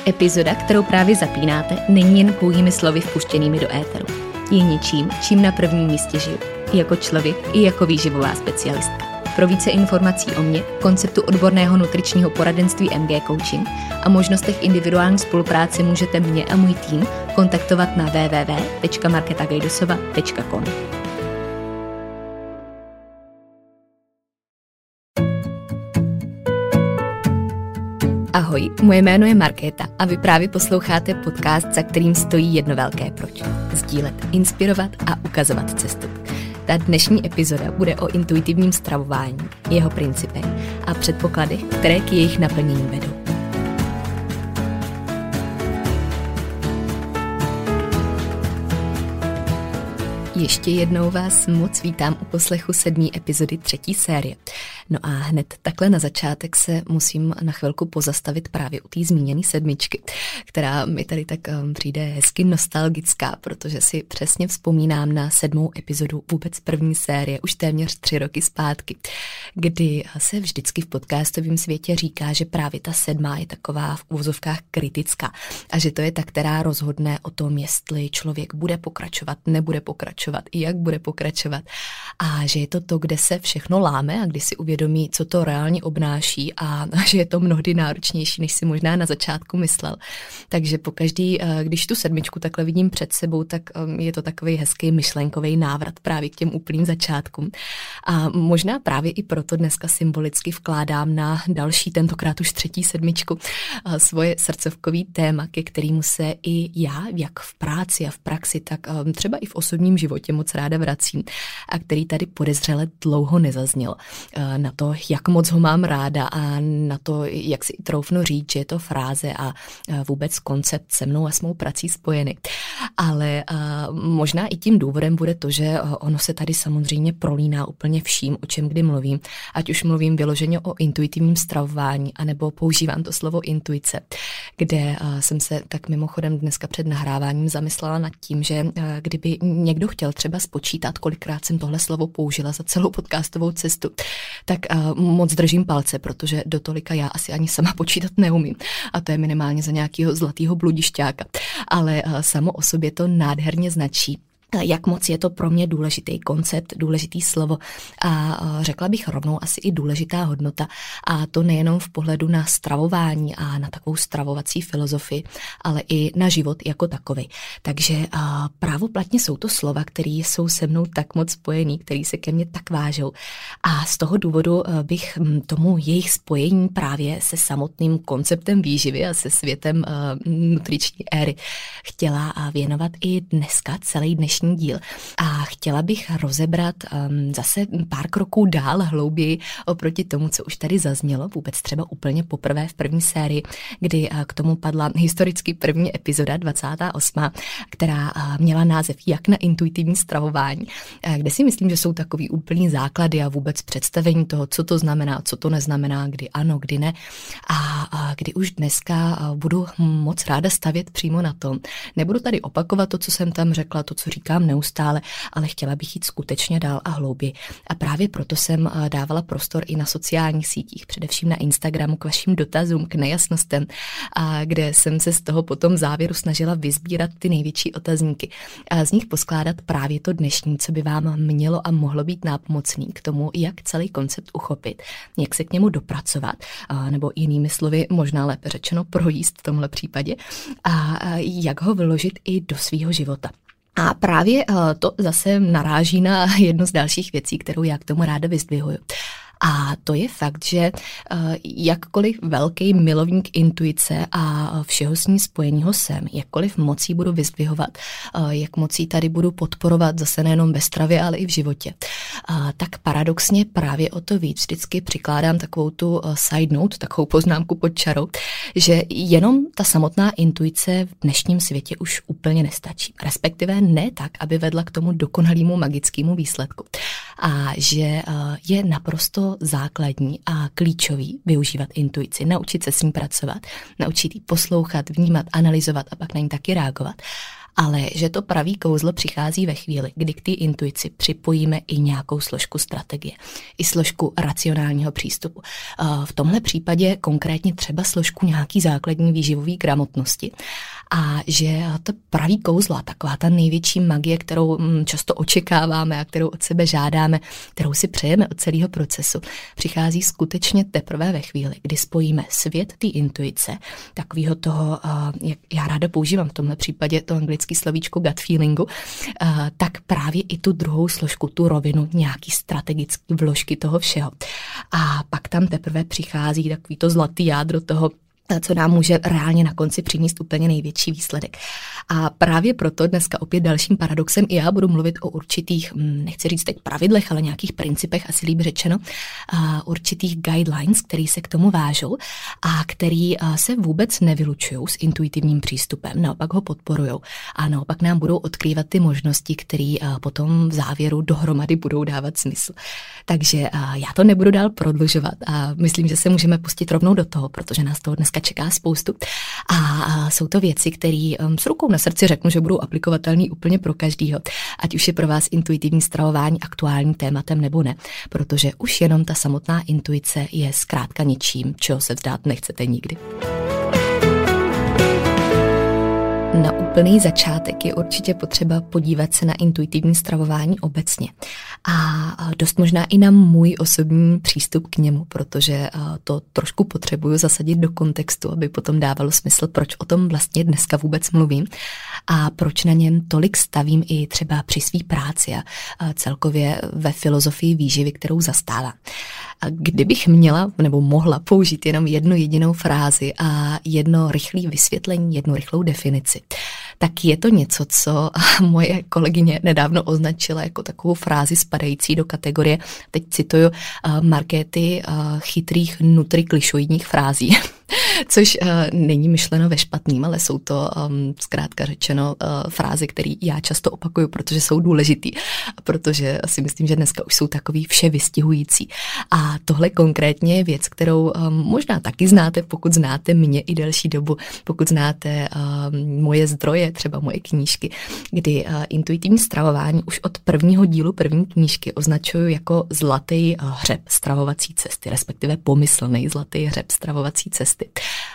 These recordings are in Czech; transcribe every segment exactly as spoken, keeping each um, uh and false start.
Epizoda, kterou právě zapínáte, není jen pouhými slovy vpuštěnými do éteru. Je něčím, čím na prvním místě žiju. I jako člověk, i jako výživová specialistka. Pro více informací o mně, konceptu odborného nutričního poradenství M G Coaching a možnostech individuální spolupráce můžete mě a můj tým kontaktovat na w w w tečka markéta gajdosova tečka com. Ahoj, moje jméno je Markéta a vy právě posloucháte podcast, za kterým stojí jedno velké proč. Sdílet, inspirovat a ukazovat cestu. Ta dnešní epizoda bude o intuitivním stravování, jeho principech a předpokladech, které k jejich naplnění vedou. Ještě jednou vás moc vítám u poslechu sedmé epizody třetí série. No a hned takhle na začátek se musím na chvilku pozastavit právě u té zmíněné sedmičky, která mi tady tak um, přijde hezky nostalgická, protože si přesně vzpomínám na sedmou epizodu vůbec první série, už téměř tři roky zpátky, kdy se vždycky v podcastovém světě říká, že právě ta sedmá je taková v uvozovkách kritická a že to je ta, která rozhodne o tom, jestli člověk bude pokračovat, nebude pokračovat, i jak bude pokračovat a že je to to, kde se všechno láme a kdy si uvědomí, co to reálně obnáší a že je to mnohdy náročnější, než si možná na začátku myslel. Takže pokaždý, když tu sedmičku takhle vidím před sebou, tak je to takový hezký myšlenkový návrat právě k těm úplným začátkům. A možná právě i proto dneska symbolicky vkládám na další, tentokrát už třetí sedmičku, svoje srdcovkový téma, ke kterému se i já, jak v práci a v praxi, tak třeba i v osobním životě moc ráda vracím a který tady podezřele dlouho nezazněl. Na to, jak moc ho mám ráda a na to, jak si troufnu říct, že je to fráze a vůbec koncept se mnou a s mou prací spojený. Ale možná i tím důvodem bude to, že ono se tady samozřejmě prolíná úplně vším, o čem kdy mluvím. Ať už mluvím vyloženě o intuitivním stravování, anebo používám to slovo intuice, kde jsem se tak mimochodem dneska před nahráváním zamyslela nad tím, že kdyby někdo chtěl třeba spočítat, kolikrát jsem tohle slovo použila za celou podcastovou cestu, tak uh, moc držím palce, protože do tolika já asi ani sama počítat neumím. A to je minimálně za nějakého zlatýho bludišťáka. Ale uh, samo o sobě to nádherně značí, jak moc je to pro mě důležitý koncept, důležitý slovo a řekla bych rovnou asi i důležitá hodnota. A to nejenom v pohledu na stravování a na takovou stravovací filozofii, ale i na život jako takový. Takže právoplatně jsou to slova, které jsou se mnou tak moc spojený, které se ke mně tak vážou. A z toho důvodu bych tomu jejich spojení právě se samotným konceptem výživy a se světem nutriční éry chtěla věnovat i dneska celý dnešní díl. A chtěla bych rozebrat um, zase pár kroků dál, hlouběji oproti tomu, co už tady zaznělo, vůbec třeba úplně poprvé v první sérii, kdy uh, k tomu padla historicky první epizoda dvacátá osmá, která uh, měla název Jak na intuitivní stravování, uh, kde si myslím, že jsou takový úplný základy a vůbec představení toho, co to znamená, co to neznamená, kdy ano, kdy ne. A uh, kdy už dneska uh, budu moc ráda stavět přímo na tom. Nebudu tady opakovat to, co jsem tam řekla, to, co říkám neustále, ale chtěla bych jít skutečně dál a hlouběji. A právě proto jsem dávala prostor i na sociálních sítích, především na Instagramu k vašim dotazům, k nejasnostem, a kde jsem se z toho potom závěru snažila vysbírat ty největší otazníky a z nich poskládat právě to dnešní, co by vám mělo a mohlo být nápomocný k tomu, jak celý koncept uchopit, jak se k němu dopracovat, nebo jinými slovy, možná lépe řečeno projíst v tomhle případě, a jak ho vyložit i do svýho života. A právě to zase naráží na jednu z dalších věcí, kterou já k tomu ráda vyzdvihuju. A to je fakt, že jakkoliv velký milovník intuice a všeho s ní spojeného jsem, jakkoliv mocí budu vyzdvihovat, jak mocí tady budu podporovat zase nejenom ve stravě, ale i v životě, tak paradoxně právě o to víc vždycky přikládám takovou tu side note, takovou poznámku pod čarou, že jenom ta samotná intuice v dnešním světě už úplně nestačí. Respektive ne tak, aby vedla k tomu dokonalému magickému výsledku. A že je naprosto základní a klíčový využívat intuici, naučit se s ní pracovat, naučit ji poslouchat, vnímat, analyzovat a pak na ní taky reagovat. ale že to pravý kouzlo přichází ve chvíli, kdy k té intuici připojíme i nějakou složku strategie, i složku racionálního přístupu. V tomhle případě konkrétně třeba složku nějaký základní výživové gramotnosti a že to pravý kouzlo, taková ta největší magie, kterou často očekáváme a kterou od sebe žádáme, kterou si přejeme od celého procesu, přichází skutečně teprve ve chvíli, kdy spojíme svět té intuice, takového toho, jak já ráda používám v tomhle případě to anglické slovíčko gut feelingu, tak právě i tu druhou složku, tu rovinu, nějaký strategický vložky toho všeho. A pak tam teprve přichází takový to zlatý jádro toho, co nám může reálně na konci přinést úplně největší výsledek. A právě proto dneska opět dalším paradoxem i já budu mluvit o určitých, nechci říct teď pravidlech, ale nějakých principech, asi líp řečeno, určitých guidelines, který se k tomu vážou a který se vůbec nevylučují s intuitivním přístupem, naopak ho podporujou a naopak nám budou odkrývat ty možnosti, které potom v závěru dohromady budou dávat smysl. Takže já to nebudu dál prodlužovat a myslím, že se můžeme pustit rovnou do toho, protože nás toho dneska čeká spoustu. A jsou to věci, které s rukou na srdci řeknu, že budou aplikovatelné úplně pro každýho. Ať už je pro vás intuitivní stravování aktuálním tématem nebo ne. Protože už jenom ta samotná intuice je zkrátka něčím, čeho se vzdát nechcete nikdy. Na úplný začátek je určitě potřeba podívat se na intuitivní stravování obecně. A dost možná i na můj osobní přístup k němu, protože to trošku potřebuju zasadit do kontextu, aby potom dávalo smysl, proč o tom vlastně dneska vůbec mluvím a proč na něm tolik stavím i třeba při své práci a celkově ve filozofii výživy, kterou zastávám. A kdybych měla nebo mohla použít jenom jednu jedinou frázi a jedno rychlé vysvětlení, jednu rychlou definici, tak je to něco, co moje kolegyně nedávno označila jako takovou frázi spadající do kategorie, teď cituju, markéty chytrých nutriklišoidních frází. Což uh, není myšleno ve špatným, ale jsou to um, zkrátka řečeno uh, fráze, které já často opakuju, protože jsou důležitý, protože si myslím, že dneska už jsou takový vše vystihující. A tohle konkrétně je věc, kterou um, možná taky znáte, pokud znáte mě i delší dobu, pokud znáte um, moje zdroje, třeba moje knížky, kdy uh, intuitivní stravování už od prvního dílu první knížky označuju jako zlatý uh, hřeb stravovací cesty, respektive pomyslný zlatý hřeb stravovací cesty.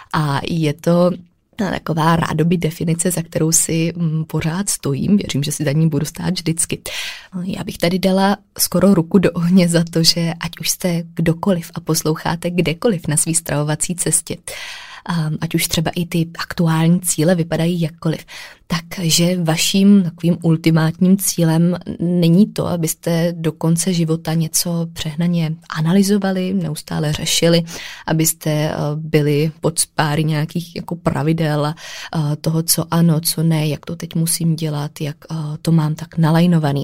A je to taková rádoby definice, za kterou si m, pořád stojím. Věřím, že si za ní budu stát vždycky. Já bych tady dala skoro ruku do ohně za to, že ať už jste kdokoliv a posloucháte kdekoliv na svý stravovací cestě, um, ať už třeba i ty aktuální cíle vypadají jakkoliv, takže vaším takovým ultimátním cílem není to, abyste do konce života něco přehnaně analyzovali, neustále řešili, abyste byli pod spáry nějakých jako pravidel a toho, co ano, co ne, jak to teď musím dělat, jak to mám tak nalajnovaný,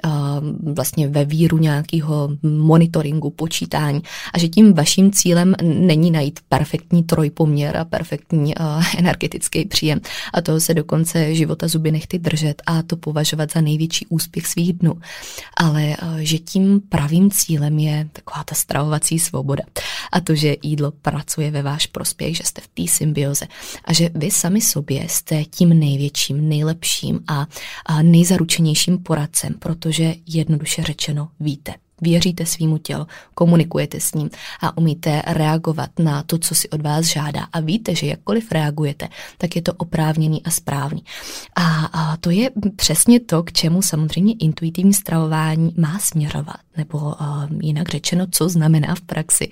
vlastně ve víru nějakého monitoringu, počítání a že tím vaším cílem není najít perfektní trojpoměr a perfektní energetický příjem a toho se dokonce života zuby nechty držet a to považovat za největší úspěch svých dnů. Ale že tím pravým cílem je taková ta stravovací svoboda. A to, že jídlo pracuje ve váš prospěch, že jste v té symbioze a že vy sami sobě jste tím největším, nejlepším a, a nejzaručenějším poradcem, protože jednoduše řečeno víte. Věříte svýmu tělu, komunikujete s ním a umíte reagovat na to, co si od vás žádá. A víte, že jakkoliv reagujete, tak je to oprávněný a správný. A, a to je přesně to, k čemu samozřejmě intuitivní stravování má směrovat, nebo a, jinak řečeno, co znamená v praxi.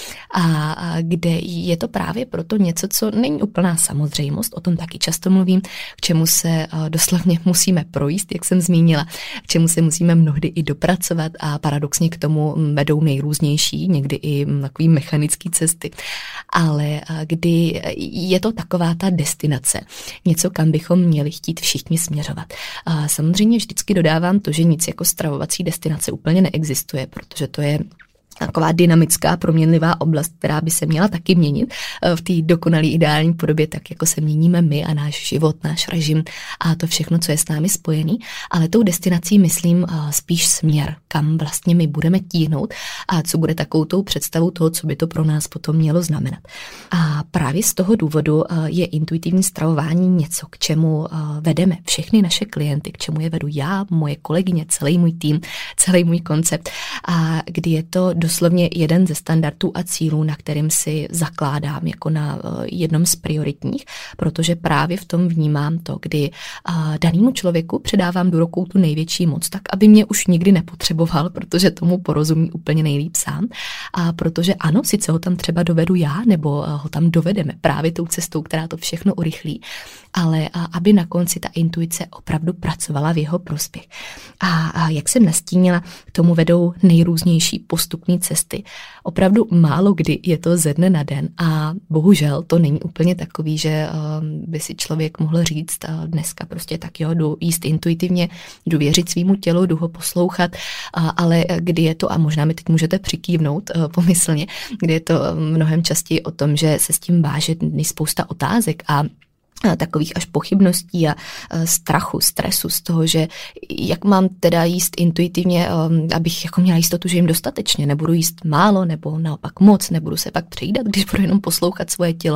A, a kde je to právě proto něco, co není úplná samozřejmost, o tom taky často mluvím, k čemu se a, doslovně musíme projíst, jak jsem zmínila, k čemu se musíme mnohdy i dopracovat a paradoxně k tomu vedou nejrůznější, někdy i takový mechanický cesty. Ale kdy je to taková ta destinace, něco, kam bychom měli chtít všichni směřovat. A samozřejmě vždycky dodávám to, že nic jako stravovací destinace úplně neexistuje, protože to je taková dynamická, proměnlivá oblast, která by se měla taky měnit v té dokonalé ideální podobě, tak jako se měníme my a náš život, náš režim a to všechno, co je s námi spojený. Ale tou destinací myslím spíš směr, kam vlastně my budeme tíhnout a co bude takovou tou představou toho, co by to pro nás potom mělo znamenat. A právě z toho důvodu je intuitivní stravování něco, k čemu vedeme všechny naše klienty, k čemu je vedu já, moje kolegyně, celý můj tým, celý můj koncept a kdy je to doslovně jeden ze standardů a cílů, na kterým si zakládám jako na jednom z prioritních, protože právě v tom vnímám to, kdy danému člověku předávám do rukou tu největší moc, tak aby mě už nikdy nepotřeboval, protože tomu porozumí úplně nejlíp sám. A protože ano, sice ho tam třeba dovedu já, nebo ho tam dovedeme právě tou cestou, která to všechno urychlí, ale aby na konci ta intuice opravdu pracovala v jeho prospěch. A, a jak jsem nastínila, k tomu vedou nejrůznější postupné cesty. Opravdu málo kdy je to ze dne na den a bohužel to není úplně takový, že uh, by si člověk mohl říct uh, dneska prostě tak jo, jdu jíst intuitivně, jdu věřit svýmu tělu, jdu ho poslouchat, uh, ale kdy je to, a možná mi teď můžete přikývnout uh, pomyslně, kdy je to mnohem častěji o tom, že se s tím váže spousta otázek a takových až pochybností a strachu, stresu z toho, že jak mám teda jíst intuitivně, abych jako měla jistotu, že jim dostatečně, nebudu jíst málo nebo naopak moc, nebudu se pak přejídat, když budu jenom poslouchat svoje tělo.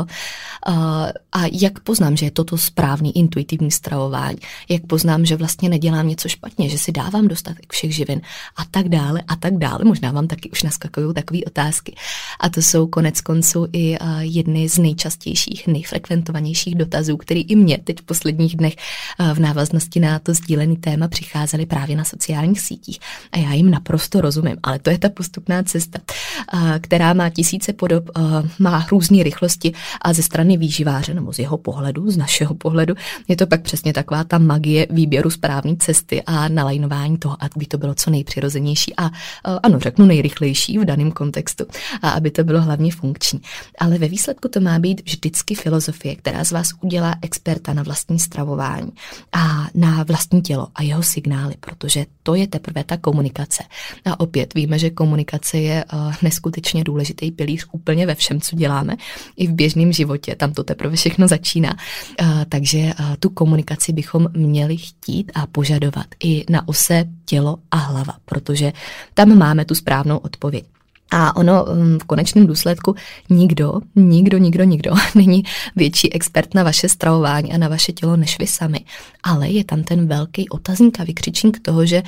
A jak poznám, že je toto správný intuitivní stravování, jak poznám, že vlastně nedělám něco špatně, že si dávám dostatek všech živin a tak dále a tak dále. Možná vám taky už naskakují takové otázky. A to jsou konec konců i jedny z nejčastějších, nejfrekventovanějších dotazů, který i mě teď v posledních dnech v návaznosti na to sdílený téma přicházely právě na sociálních sítích. A já jim naprosto rozumím, ale to je ta postupná cesta, která má tisíce podob, má různé rychlosti a ze strany výživáře, nebo z jeho pohledu, z našeho pohledu, je to pak přesně taková ta magie výběru správné cesty a nalajnování toho, aby to bylo co nejpřirozenější a ano, řeknu nejrychlejší v daném kontextu, a aby to bylo hlavně funkční. Ale ve výsledku to má být vždycky filozofie, která z vás udělá experta na vlastní stravování a na vlastní tělo a jeho signály, protože to je teprve ta komunikace. A opět víme, že komunikace je uh, neskutečně důležitý pilíř úplně ve všem, co děláme, i v běžném životě, tam to teprve všechno začíná. Uh, takže uh, tu komunikaci bychom měli chtít a požadovat i na ose tělo a hlava, protože tam máme tu správnou odpověď. A ono v konečném důsledku nikdo, nikdo, nikdo, nikdo není větší expert na vaše stravování a na vaše tělo než vy sami. Ale je tam ten velký otazník a vykřičník toho, že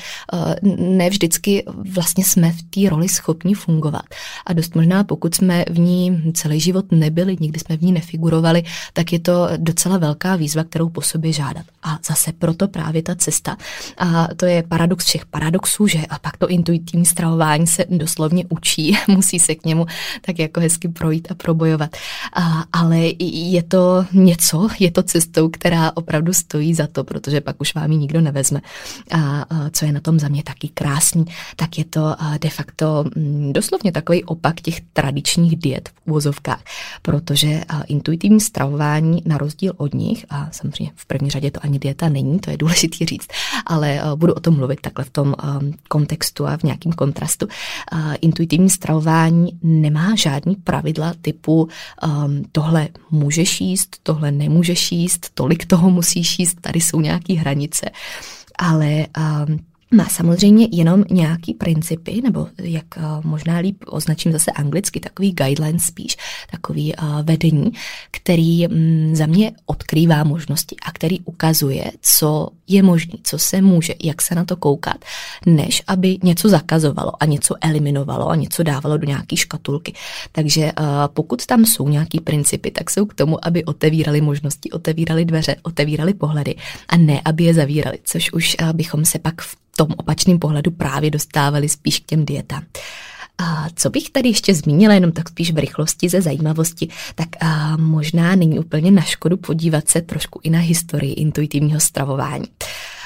ne vždycky vlastně jsme v té roli schopni fungovat. A dost možná, pokud jsme v ní celý život nebyli, nikdy jsme v ní nefigurovali, tak je to docela velká výzva, kterou po sobě žádat. A zase proto právě ta cesta. A to je paradox všech paradoxů, že a pak to intuitivní stravování se doslovně učí. Musí se k němu tak jako hezky projít a probojovat. A, ale je to něco, je to cestou, která opravdu stojí za to, protože pak už vám ji nikdo nevezme. A, a co je na tom za mě taky krásný, tak je to de facto doslovně takový opak těch tradičních diet v uvozovkách, protože intuitivní stravování na rozdíl od nich, a samozřejmě v první řadě to ani dieta není, to je důležitý říct, ale budu o tom mluvit takhle v tom kontextu a v nějakém kontrastu. Intuitivní stravování nemá žádný pravidla typu um, tohle můžeš jíst, tohle nemůžeš jíst, tolik toho musíš jíst, tady jsou nějaké hranice, ale um, má samozřejmě jenom nějaký principy, nebo jak uh, možná líp označím zase anglicky, takový guidelines spíš, takový uh, vedení, který um, za mě odkrývá možnosti a který ukazuje, co je možné, co se může, jak se na to koukat, než aby něco zakazovalo a něco eliminovalo a něco dávalo do nějaký škatulky. Takže uh, pokud tam jsou nějaký principy, tak jsou k tomu, aby otevírali možnosti, otevírali dveře, otevírali pohledy a ne, aby je zavírali, což už uh, bychom se pak v tom opačném pohledu právě dostávali spíš k těm dietám. A co bych tady ještě zmínila, jenom tak spíš v rychlosti ze zajímavosti, tak a možná není úplně na škodu podívat se trošku i na historii intuitivního stravování.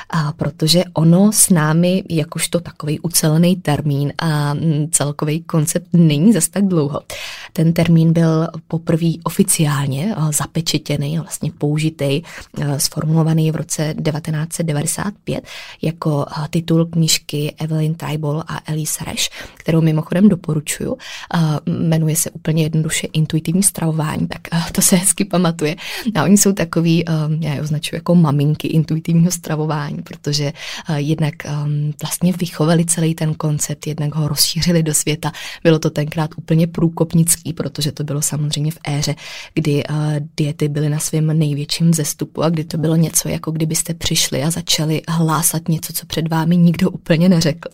A protože ono s námi jakožto takový ucelený termín a celkový koncept není zas tak dlouho. Ten termín byl poprvé oficiálně zapečetěný, vlastně použitý, sformulovaný v roce devatenáct set devadesát pět jako titul knížky Evelyn Tribal a Ellise Resch, kterou mimochodem doporučuju. Jmenuje se úplně jednoduše Intuitivní stravování, tak to se hezky pamatuje. A oni jsou takový, já je označuji jako maminky intuitivního stravování, protože jednak vlastně vychovali celý ten koncept, jednak ho rozšířili do světa. Bylo to tenkrát úplně průkopnický, protože to bylo samozřejmě v éře, kdy diety byly na svém největším vzestupu a kdy to bylo něco, jako kdybyste přišli a začali hlásat něco, co před vámi nikdo úplně neřekl.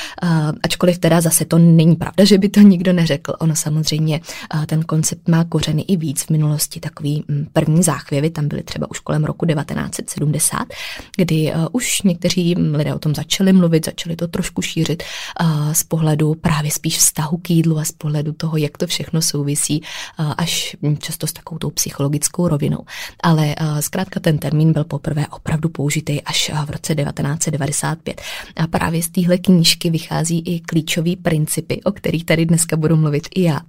Ačkoliv teda zase to není pravda, že by to nikdo neřekl. Ono samozřejmě ten koncept má kořeny i víc v minulosti. Takový první záchvěvy tam byly třeba už kolem roku devatenáct set sedmdesát, kdy už někteří lidé o tom začali mluvit, začali to trošku šířit z pohledu právě spíš vztahu k jídlu a z pohledu toho, jak to všechno souvisí, až často s takovou tou psychologickou rovinou. Ale zkrátka ten termín byl poprvé opravdu použitý až v roce devatenáct set devadesát pět. A právě z téhle knížky vychází i klíčový principy, o kterých tady dneska budu mluvit i já.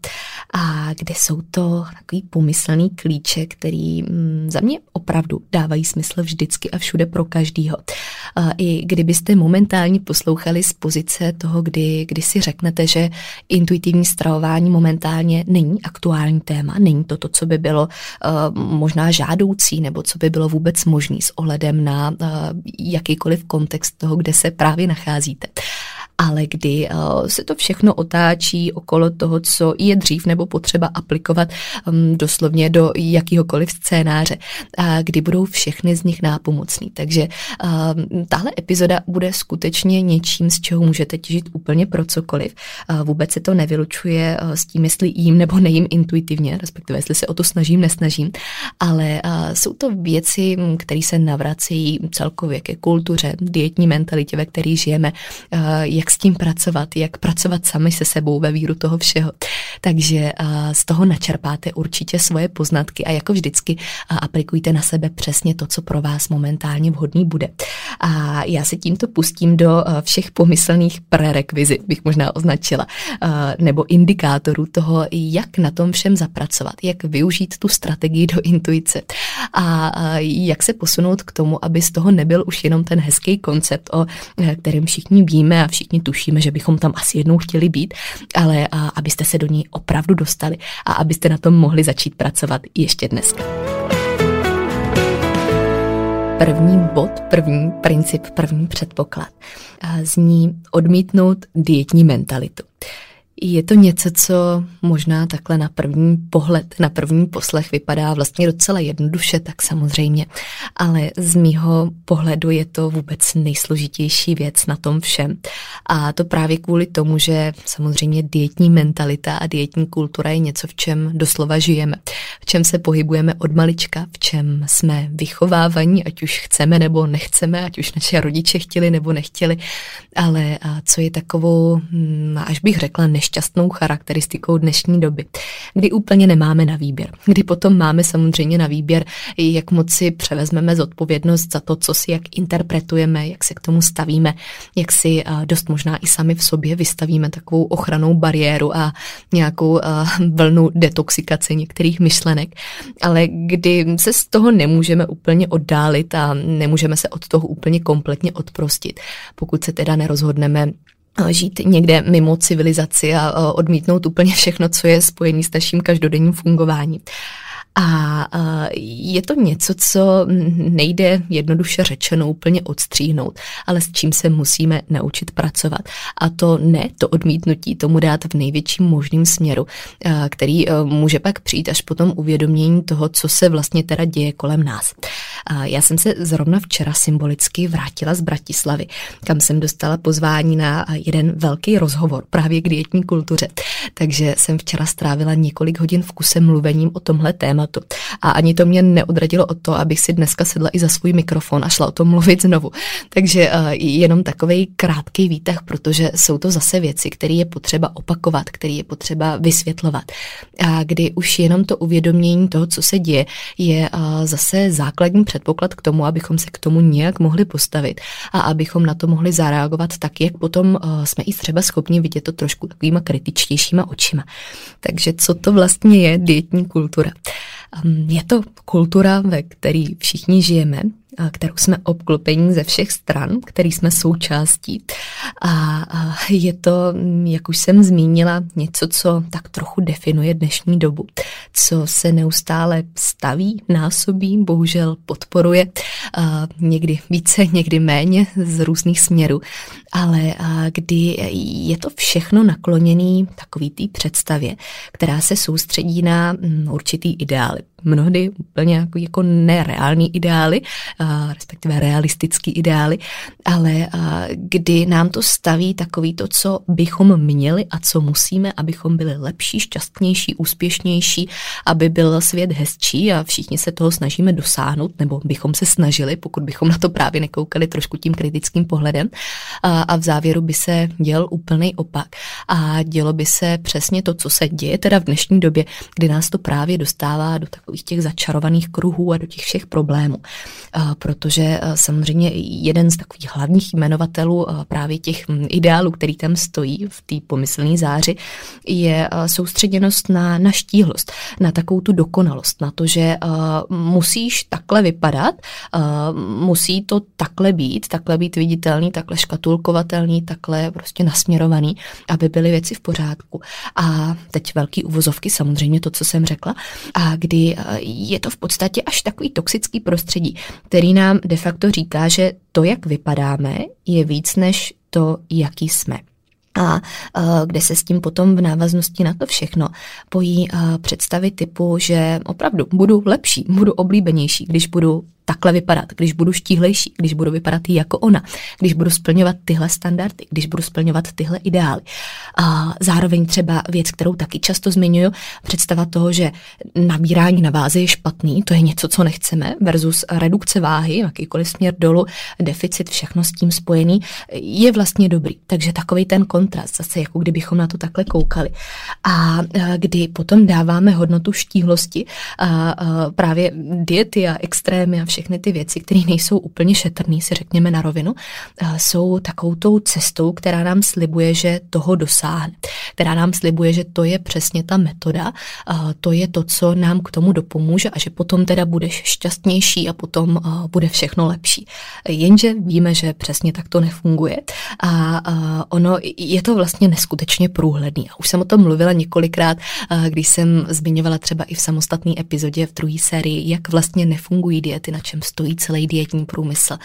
A kde jsou to takový pomyslný klíče, který mm, za mě opravdu dávají smysl vždycky a všude pro každýho. A i kdybyste momentálně poslouchali z pozice toho, kdy, kdy si řeknete, že intuitivní stravování momentálně není aktuální téma, není to to, co by bylo uh, možná žádoucí, nebo co by bylo vůbec možný s ohledem na uh, jakýkoliv kontext toho, kde se právě nacházíte. Ale kdy uh, se to všechno otáčí okolo toho, co je dřív nebo potřeba aplikovat um, doslovně do jakýhokoliv scénáře, a kdy budou všechny z nich nápomocný. Takže uh, tahle epizoda bude skutečně něčím, z čeho můžete těžit úplně pro cokoliv. Uh, vůbec se to nevylučuje uh, s tím, jestli jím nebo nejím intuitivně, respektive jestli se o to snažím, nesnažím, ale uh, jsou to věci, které se navracejí celkově ke kultuře, dietní mentalitě, ve které žijeme, uh, jak s tím pracovat, jak pracovat sami se sebou ve víru toho všeho. Takže z toho načerpáte určitě svoje poznatky a jako vždycky aplikujte na sebe přesně to, co pro vás momentálně vhodný bude. A já se tímto pustím do všech pomyslných prerekvizit, bych možná označila, nebo indikátorů toho, jak na tom všem zapracovat, jak využít tu strategii do intuice a jak se posunout k tomu, aby z toho nebyl už jenom ten hezký koncept, o kterém všichni víme a všichni tušíme, že bychom tam asi jednou chtěli být, ale a, abyste se do ní opravdu dostali a abyste na tom mohli začít pracovat ještě dneska. První bod, první princip, první předpoklad zní odmítnout dietní mentalitu. Je to něco, co možná takhle na první pohled, na první poslech vypadá vlastně docela jednoduše, tak samozřejmě, ale z mýho pohledu je to vůbec nejsložitější věc na tom všem. A to právě kvůli tomu, že samozřejmě dietní mentalita a dietní kultura je něco, v čem doslova žijeme, v čem se pohybujeme od malička, v čem jsme vychovávaní, ať už chceme nebo nechceme, ať už naše rodiče chtěli nebo nechtěli, ale co je takovou, až bych řekla, nešťastnou charakteristikou dnešní doby, kdy úplně nemáme na výběr. Kdy potom máme samozřejmě na výběr, jak moc si převezmeme zodpovědnost za to, co si jak interpretujeme, jak se k tomu stavíme, jak si dost možná i sami v sobě vystavíme takovou ochrannou bariéru a nějakou vlnu detoxikace některých myšlenek, ale kdy se z toho nemůžeme úplně oddálit a nemůžeme se od toho úplně kompletně odprostit, pokud se teda nerozhodneme žít někde mimo civilizaci a odmítnout úplně všechno, co je spojené s naším každodenním fungováním. A je to něco, co nejde jednoduše řečeno úplně odstříhnout, ale s čím se musíme naučit pracovat. A to ne to odmítnutí, tomu dát v největším možným směru, který může pak přijít až po tom uvědomění toho, co se vlastně teda děje kolem nás. Já jsem se zrovna včera symbolicky vrátila z Bratislavy, kam jsem dostala pozvání na jeden velký rozhovor právě k dietní kultuře. Takže jsem včera strávila několik hodin v kuse mluvením o tomhle tématu. A ani to mě neodradilo od toho, abych si dneska sedla i za svůj mikrofon a šla o tom mluvit znovu. Takže uh, jenom takovej krátký výtah, protože jsou to zase věci, které je potřeba opakovat, které je potřeba vysvětlovat. A kdy už jenom to uvědomění toho, co se děje, je uh, zase základní předpoklad k tomu, abychom se k tomu nějak mohli postavit a abychom na to mohli zareagovat tak, jak potom jsme i třeba schopni vidět to trošku takovýma kritičtějšíma očima. Takže co to vlastně je dietní kultura? Je to kultura, ve které všichni žijeme, kterou jsme obklopeni ze všech stran, který jsme součástí. A je to, jak už jsem zmínila, něco, co tak trochu definuje dnešní dobu, co se neustále staví, násobí, bohužel podporuje, někdy více, někdy méně z různých směrů, ale kdy je to všechno nakloněné takový té představě, která se soustředí na určitý ideály. Mnohdy úplně jako, jako nereální ideály, respektive realistický ideály, ale kdy nám to staví takový to, co bychom měli a co musíme, abychom byli lepší, šťastnější, úspěšnější, aby byl svět hezčí a všichni se toho snažíme dosáhnout, nebo bychom se snažili, pokud bychom na to právě nekoukali trošku tím kritickým pohledem a v závěru by se děl úplný opak a dělo by se přesně to, co se děje teda v dnešní době, kdy nás to právě dostává do takových těch začarovaných kruhů a do těch všech problémů. Protože samozřejmě jeden z takových hlavních jmenovatelů právě těch ideálů, který tam stojí v té pomyslné záři, je soustředěnost na, na štíhlost, na takovou tu dokonalost, na to, že musíš takhle vypadat, musí to takhle být, takhle být viditelný, takhle škatulkovatelný, takhle prostě nasměrovaný, aby byly věci v pořádku. A teď velký uvozovky, samozřejmě to, co jsem řekla, a kdy je to v podstatě až takový toxický prostředí, který nám de facto říká, že to, jak vypadáme, je víc než to, jaký jsme. A kde se s tím potom v návaznosti na to všechno pojí představy typu, že opravdu budu lepší, budu oblíbenější, když budu takhle vypadat, když budu štíhlejší, když budu vypadat jako ona, když budu splňovat tyhle standardy, když budu splňovat tyhle ideály. A zároveň třeba věc, kterou taky často zmiňuju, představa toho, že nabírání na váze je špatný, to je něco, co nechceme, versus redukce váhy, jakýkoliv směr dolů, deficit, všechno s tím spojený, je vlastně dobrý. Takže takový ten kontrast, zase jako kdybychom na to takhle koukali. A kdy potom dáváme hodnotu štíhlosti a, a právě diety a extrémy a všechny ty věci, které nejsou úplně šetrný, si řekněme na rovinu, jsou takovou tou cestou, která nám slibuje, že toho dosáhne. Která nám slibuje, že to je přesně ta metoda, to je to, co nám k tomu dopomůže a že potom teda budeš šťastnější a potom bude všechno lepší. Jenže víme, že přesně tak to nefunguje a ono je to vlastně neskutečně průhledný. A už jsem o tom mluvila několikrát, když jsem zmiňovala třeba i v samostatné epizodě v druhé sérii, jak vlastně nefungují diety, na čem stojí celý dietní průmysl,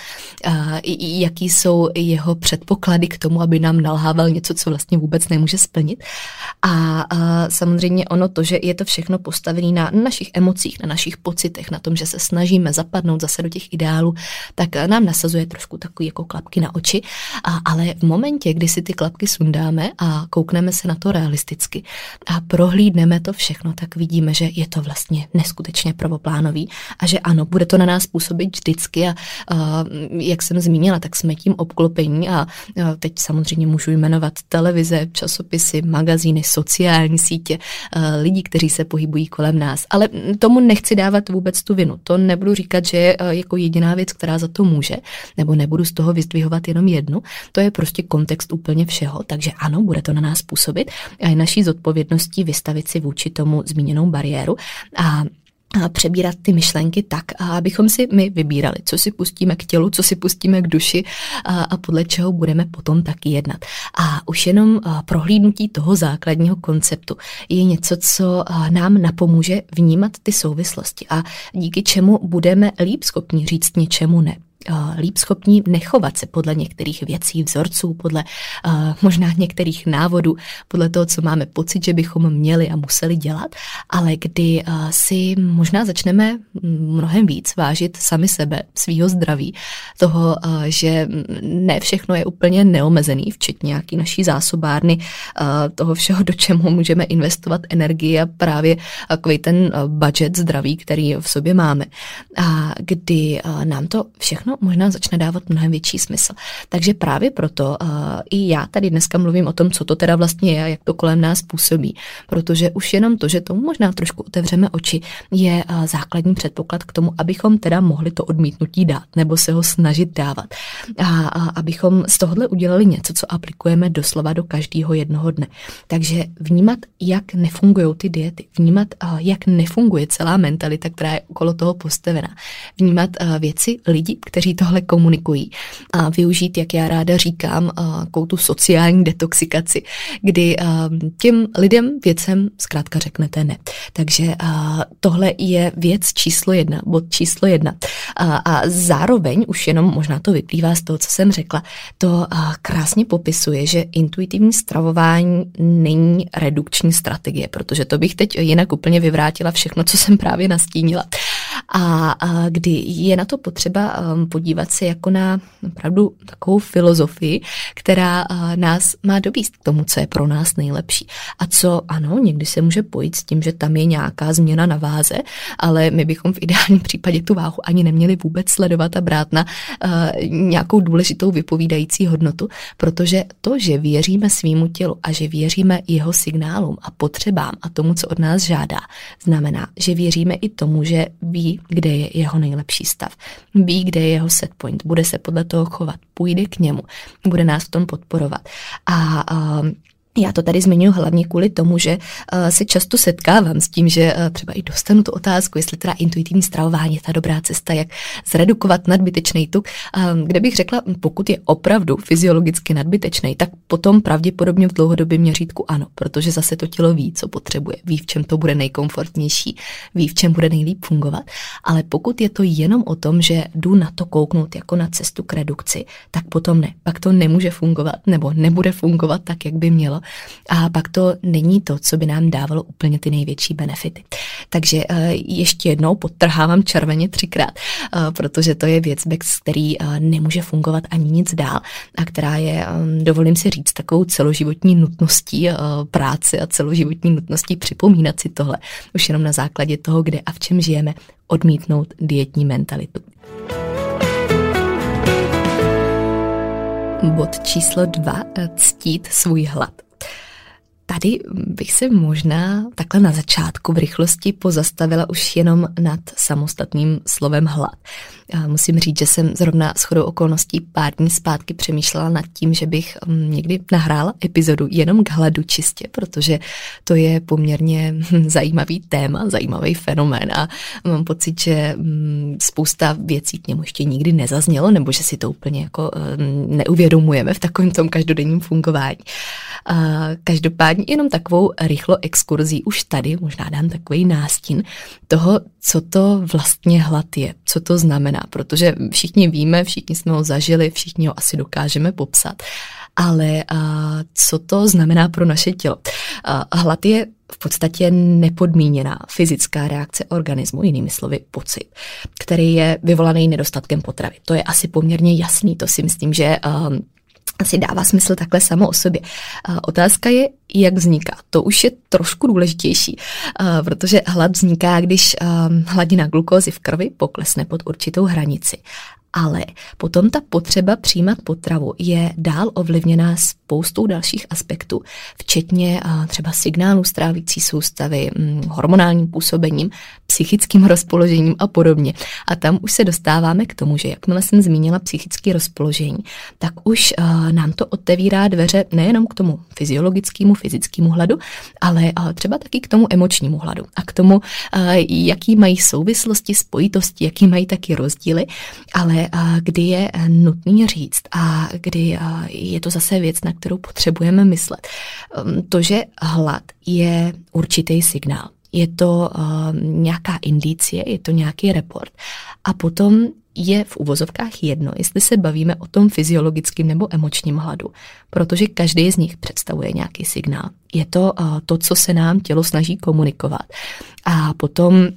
jaký jsou jeho předpoklady k tomu, aby nám nalhával něco, co vlastně vůbec nemůže splnit. A samozřejmě ono to, že je to všechno postavené na našich emocích, na našich pocitech, na tom, že se snažíme zapadnout zase do těch ideálů, tak nám nasazuje trošku takový jako klapky na oči, a, ale v momentě, kdy si ty klapky sundáme a koukneme se na to realisticky a prohlídneme to všechno, tak vidíme, že je to vlastně neskutečně prvoplánový a že ano, bude to na nás působit vždycky a, a jak jsem zmínila, tak jsme tím obklopení a, a teď samozřejmě můžu jmenovat televize, časopisy, magazíny, sociální sítě, a lidi, kteří se pohybují kolem nás, ale tomu nechci dávat vůbec tu vinu. To nebudu říkat, že je jako jediná věc, která za to může, nebo nebudu z toho vyzdvihovat jenom jednu. To je prostě kontext úplně všeho, takže ano, bude to na nás působit a je naší zodpovědností vystavit si vůči tomu zmíněnou bariéru a a přebírat ty myšlenky tak, abychom si my vybírali, co si pustíme k tělu, co si pustíme k duši a, a podle čeho budeme potom taky jednat. A už jenom prohlídnutí toho základního konceptu je něco, co nám napomůže vnímat ty souvislosti a díky čemu budeme líp schopni říct něčemu ne. Líp schopní nechovat se podle některých věcí, vzorců, podle uh, možná některých návodů, podle toho, co máme pocit, že bychom měli a museli dělat, ale kdy uh, si možná začneme mnohem víc vážit sami sebe, svýho zdraví, toho, uh, že ne všechno je úplně neomezený, včetně nějaký naší zásobárny, uh, toho všeho, do čeho můžeme investovat energii a právě takový ten uh, budget zdraví, který v sobě máme. A kdy uh, nám to všechno všechno možná začne dávat mnohem větší smysl. Takže právě proto uh, i já tady dneska mluvím o tom, co to teda vlastně je a jak to kolem nás působí, protože už jenom to, že tomu možná trošku otevřeme oči, je uh, základní předpoklad k tomu, abychom teda mohli to odmítnutí dát nebo se ho snažit dávat. A, a abychom z tohohle udělali něco, co aplikujeme doslova do každého jednoho dne. Takže vnímat, jak nefungují ty diety, vnímat, uh, jak nefunguje celá mentalita, která je okolo toho postavená, vnímat uh, věci lidí, kteří tohle komunikují a využít, jak já ráda říkám, uh, kou tu sociální detoxikaci, kdy uh, těm lidem, věcem zkrátka řeknete ne. Takže uh, tohle je věc číslo jedna, bod číslo jedna. Uh, a zároveň, už jenom možná to vyplývá z toho, co jsem řekla, to uh, krásně popisuje, že intuitivní stravování není redukční strategie, protože to bych teď jinak úplně vyvrátila všechno, co jsem právě nastínila. A, a kdy je na to potřeba um, podívat se jako na opravdu takovou filozofii, která uh, nás má dovést k tomu, co je pro nás nejlepší. A co ano, někdy se může pojít s tím, že tam je nějaká změna na váze, ale my bychom v ideálním případě tu váhu ani neměli vůbec sledovat a brát na uh, nějakou důležitou vypovídající hodnotu, protože to, že věříme svýmu tělu a že věříme jeho signálům a potřebám a tomu, co od nás žádá, znamená, že věříme i tomu, že ví, kde je jeho nejlepší stav. Ví, kde je jeho set point. Bude se podle toho chovat. Půjde k němu. Bude nás v tom podporovat. A, a já to tady zmiňuji hlavně kvůli tomu, že uh, se často setkávám s tím, že uh, třeba i dostanu tu otázku, jestli teda intuitivní stravování je ta dobrá cesta, jak zredukovat nadbytečný tuk, uh, kde bych řekla, pokud je opravdu fyziologicky nadbytečný, tak potom pravděpodobně v dlouhodobém měřítku ano, protože zase to tělo ví, co potřebuje, ví, v čem to bude nejkomfortnější, ví, v čem bude nejlíp fungovat, ale pokud je to jenom o tom, že jdu na to kouknout jako na cestu k redukci, tak potom ne, pak to nemůže fungovat nebo nebude fungovat tak, jak by mělo. A pak to není to, co by nám dávalo úplně ty největší benefity. Takže ještě jednou podtrhávám červeně třikrát, protože to je věc, bez který nemůže fungovat ani nic dál a která je, dovolím si říct, takovou celoživotní nutností práce a celoživotní nutností připomínat si tohle. Už jenom na základě toho, kde a v čem žijeme, odmítnout dietní mentalitu. Bod číslo dva. Ctít svůj hlad. Tady bych se možná takhle na začátku v rychlosti pozastavila už jenom nad samostatným slovem hlad. Já musím říct, že jsem zrovna shodou okolností pár dní zpátky přemýšlela nad tím, že bych někdy nahrála epizodu jenom k hladu čistě, protože to je poměrně zajímavý téma, zajímavý fenomén a mám pocit, že spousta věcí k němu ještě nikdy nezaznělo, nebo že si to úplně jako neuvědomujeme v takovém tom každodenním fungování. Každopádně jenom takovou rychlo exkurzí už tady, možná dám takový nástin toho, co to vlastně hlad je, co to znamená, protože všichni víme, všichni jsme ho zažili, všichni ho asi dokážeme popsat, ale a, co to znamená pro naše tělo? A, hlad je v podstatě nepodmíněná fyzická reakce organismu, jinými slovy pocit, který je vyvolaný nedostatkem potravy. To je asi poměrně jasný, to si myslím, že a, asi dává smysl takhle samo o sobě. Otázka je, jak vzniká. To už je trošku důležitější, protože hlad vzniká, když hladina glukózy v krvi poklesne pod určitou hranici. Ale potom ta potřeba přijímat potravu je dál ovlivněná spoustou dalších aspektů, včetně třeba signálů strávící soustavy, hormonálním působením, psychickým rozpoložením a podobně. A tam už se dostáváme k tomu, že jakmile jsem zmínila psychické rozpoložení, tak už nám to otevírá dveře nejenom k tomu fyziologickému, fyzickému hladu, ale třeba taky k tomu emočnímu hladu a k tomu, jaký mají souvislosti, spojitosti, jaký mají taky rozdíly, ale kdy je nutný říct a kdy je to zase věc, na kterou potřebujeme myslet. To, že hlad je určitý signál, je to nějaká indicie, je to nějaký report a potom je v uvozovkách jedno, jestli se bavíme o tom fyziologickém nebo emočním hladu, protože každý z nich představuje nějaký signál. Je to to, co se nám tělo snaží komunikovat. A potom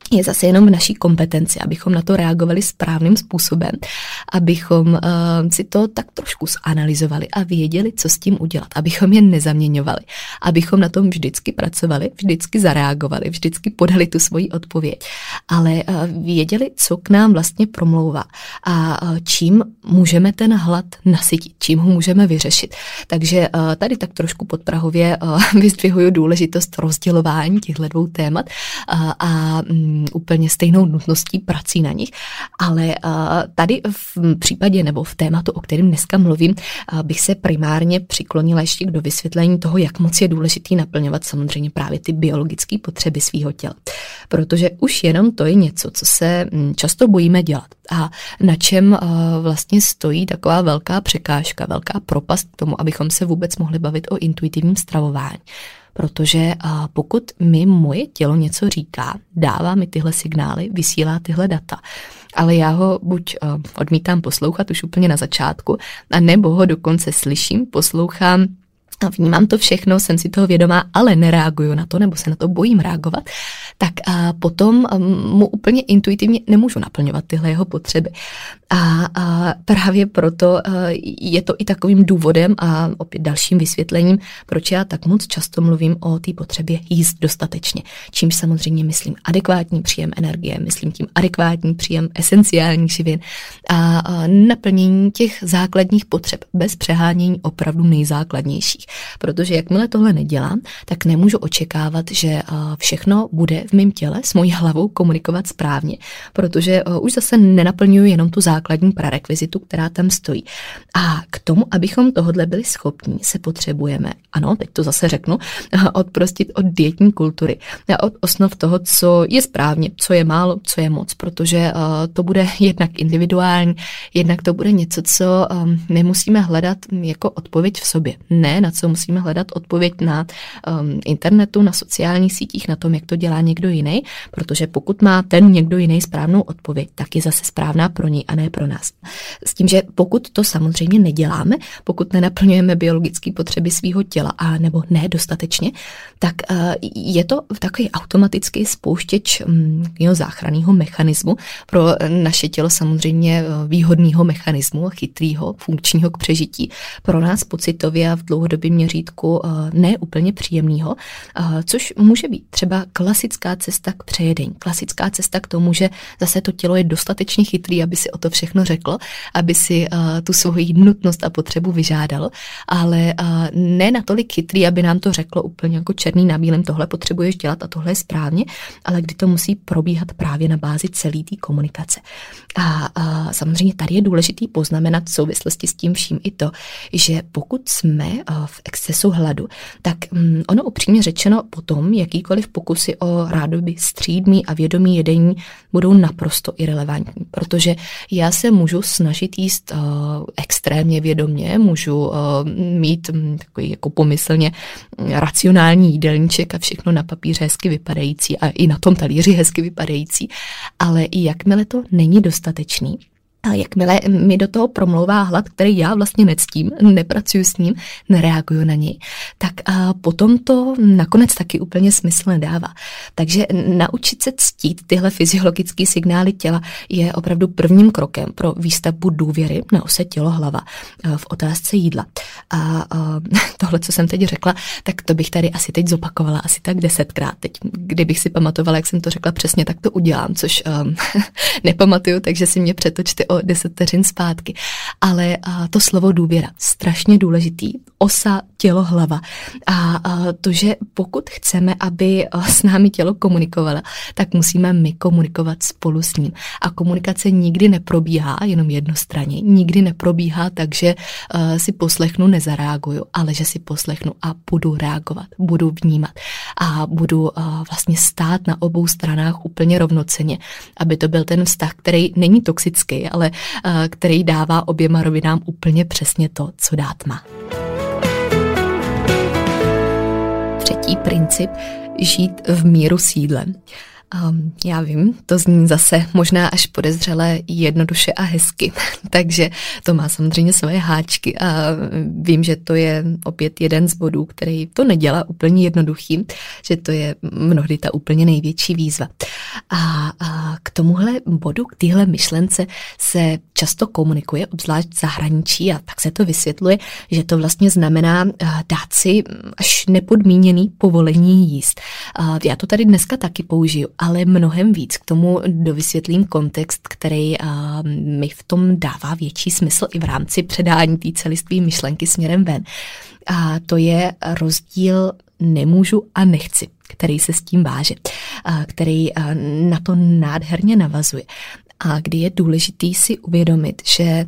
je zase jenom v naší kompetenci, abychom na to reagovali správným způsobem, abychom uh, si to tak trošku zanalyzovali a věděli, co s tím udělat, abychom je nezaměňovali, abychom na tom vždycky pracovali, vždycky zareagovali, vždycky podali tu svoji odpověď, ale uh, věděli, co k nám vlastně promlouvá a uh, čím můžeme ten hlad nasytit, čím ho můžeme vyřešit. Takže uh, tady tak trošku podprahově uh, vyzdvihuju důležitost rozdělování těchto dvou témat uh, a um, úplně stejnou nutností prací na nich, ale tady v případě nebo v tématu, o kterém dneska mluvím, bych se primárně přiklonila ještě k dovysvětlení toho, jak moc je důležitý naplňovat samozřejmě právě ty biologické potřeby svého těla. Protože už jenom to je něco, co se často bojíme dělat a na čem vlastně stojí taková velká překážka, velká propast k tomu, abychom se vůbec mohli bavit o intuitivním stravování. Protože pokud mi moje tělo něco říká, dává mi tyhle signály, vysílá tyhle data, ale já ho buď odmítám poslouchat už úplně na začátku, a nebo ho dokonce slyším, poslouchám, a vnímám to všechno, jsem si toho vědomá, ale nereaguju na to, nebo se na to bojím reagovat, tak a potom mu úplně intuitivně nemůžu naplňovat tyhle jeho potřeby. A, a právě proto je to i takovým důvodem a opět dalším vysvětlením, proč já tak moc často mluvím o té potřebě jíst dostatečně. Čímž samozřejmě myslím adekvátní příjem energie, myslím tím adekvátní příjem esenciálních živin a, a naplnění těch základních potřeb bez přehánění opravdu nejzákladnějších. Protože jakmile tohle nedělám, tak nemůžu očekávat, že všechno bude v mém těle s mojí hlavou komunikovat správně, protože už zase nenaplňuji jenom tu základní prerekvizitu, která tam stojí. A k tomu, abychom tohodle byli schopní, se potřebujeme, ano, teď to zase řeknu, odprostit od dietní kultury, od osnov toho, co je správně, co je málo, co je moc, protože to bude jednak individuální, jednak to bude něco, co nemusíme hledat jako odpověď v sobě. Ne, na co musíme hledat odpověď na um, internetu, na sociálních sítích, na tom, jak to dělá někdo jiný, protože pokud má ten někdo jiný správnou odpověď, tak je zase správná pro něj a ne pro nás. S tím, že pokud to samozřejmě neděláme, pokud nenaplňujeme biologické potřeby svého těla a nebo ne dostatečně, tak uh, je to takový automatický spouštěč um, záchranného mechanismu pro naše tělo samozřejmě výhodného mechanismu, chytrýho, funkčního k přežití, pro nás pocitově a v dlouhodobém měřítku ne úplně příjemného, což může být třeba klasická cesta k přejedení, klasická cesta k tomu, že zase to tělo je dostatečně chytrý, aby si o to všechno řeklo, aby si tu svoji nutnost a potřebu vyžádalo, ale ne natolik chytrý, aby nám to řeklo úplně jako černý na bílém, tohle potřebuješ dělat a tohle je správně, ale kdy to musí probíhat právě na bázi celé té komunikace. A, a samozřejmě tady je důležitý poznamenat v souvislosti s tím vším i to, že pokud jsme v excesu hladu, tak ono upřímně řečeno potom jakýkoliv pokusy o rádoby střídmý a vědomý jedení budou naprosto irelevantní, protože já se můžu snažit jíst uh, extrémně vědomě, můžu uh, mít um, takový jako pomyslně racionální jídelníček a všechno na papíře hezky vypadající a i na tom talíři hezky vypadající, ale i jakmile to není dostatečný, a jakmile mi do toho promlouvá hlad, který já vlastně nectím, nepracuju s ním, nereaguju na něj, tak a potom to nakonec taky úplně smysl nedává. Takže naučit se ctít tyhle fyziologické signály těla je opravdu prvním krokem pro výstavbu důvěry na ose tělo-hlava v otázce jídla. A, a tohle, co jsem teď řekla, tak to bych tady asi teď zopakovala asi tak desetkrát. Teď, kdybych si pamatovala, jak jsem to řekla přesně, tak to udělám, což um, nepamatuju, takže si mě přetočte o deset vteřin zpátky. Ale a, to slovo důvěra, strašně důležitý, osa, tělo, hlava. A, a to, že pokud chceme, aby s námi tělo komunikovalo, tak musíme my komunikovat spolu s ním. A komunikace nikdy neprobíhá jenom jednostranně, nikdy neprobíhá tak, že uh, si poslechnu, nezareaguju, ale že si poslechnu a budu reagovat, budu vnímat a budu uh, vlastně stát na obou stranách úplně rovnocenně, aby to byl ten vztah, který není toxický, ale uh, který dává oběma rovinám úplně přesně to, co dát má. Třetí princip, žít v míru s jídlem. Um, já vím, to zní zase možná až podezřelé jednoduše a hezky, takže to má samozřejmě svoje háčky a vím, že to je opět jeden z bodů, který to nedělá úplně jednoduchým, že to je mnohdy ta úplně největší výzva. A, a k tomuhle bodu, k téhle myšlence se často komunikuje, obzvlášť v zahraničí, a tak se to vysvětluje, že to vlastně znamená dát si až nepodmíněný povolení jíst. Já to tady dneska taky použiju, ale mnohem víc. K tomu dovysvětlím kontext, který mi v tom dává větší smysl i v rámci předání té celistvé myšlenky směrem ven. A to je rozdíl nemůžu a nechci, který se s tím váže, který na to nádherně navazuje. A kdy je důležitý si uvědomit, že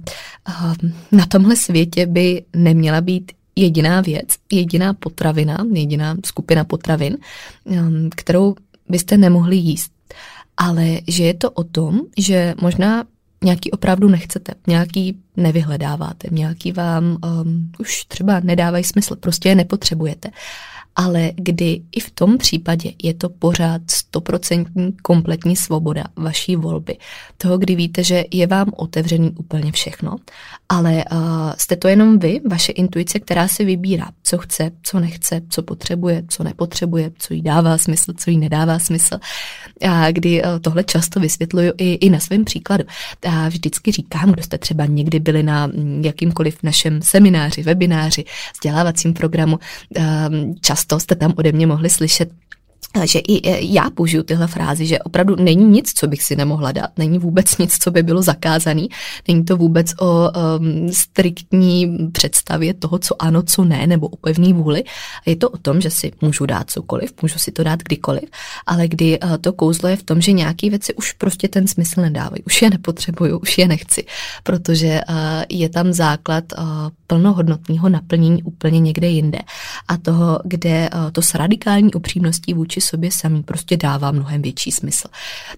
na tomhle světě by neměla být jediná věc, jediná potravina, jediná skupina potravin, kterou byste nemohli jíst. Ale že je to o tom, že možná nějaký opravdu nechcete, nějaký nevyhledáváte, nějaký vám um, už třeba nedávají smysl, prostě je nepotřebujete. Ale kdy i v tom případě je to pořád stoprocentní kompletní svoboda vaší volby. Toho, kdy víte, že je vám otevřený úplně všechno, ale uh, jste to jenom vy, vaše intuice, která si vybírá, co chce, co nechce, co potřebuje, co nepotřebuje, co jí dává smysl, co jí nedává smysl. A kdy uh, tohle často vysvětluju i, i na svém příkladu. A vždycky říkám, kdo jste třeba někdy byli na jakýmkoliv našem semináři, webináři, vzdělávacím programu, uh, často to jste tam ode mě mohli slyšet, že i já použiju tyhle frázy, že opravdu není nic, co bych si nemohla dát, není vůbec nic, co by bylo zakázaný, není to vůbec o um, striktní představě toho, co ano, co ne, nebo o pevný vůli. Je to o tom, že si můžu dát cokoliv, můžu si to dát kdykoliv, ale kdy uh, to kouzlo je v tom, že nějaký věci už prostě ten smysl nedávají, už je nepotřebuju, už je nechci, protože uh, je tam základ uh, plnohodnotného naplnění úplně někde jinde a toho, kde uh, to s radikální upřímností vůči sobě samý prostě dává mnohem větší smysl.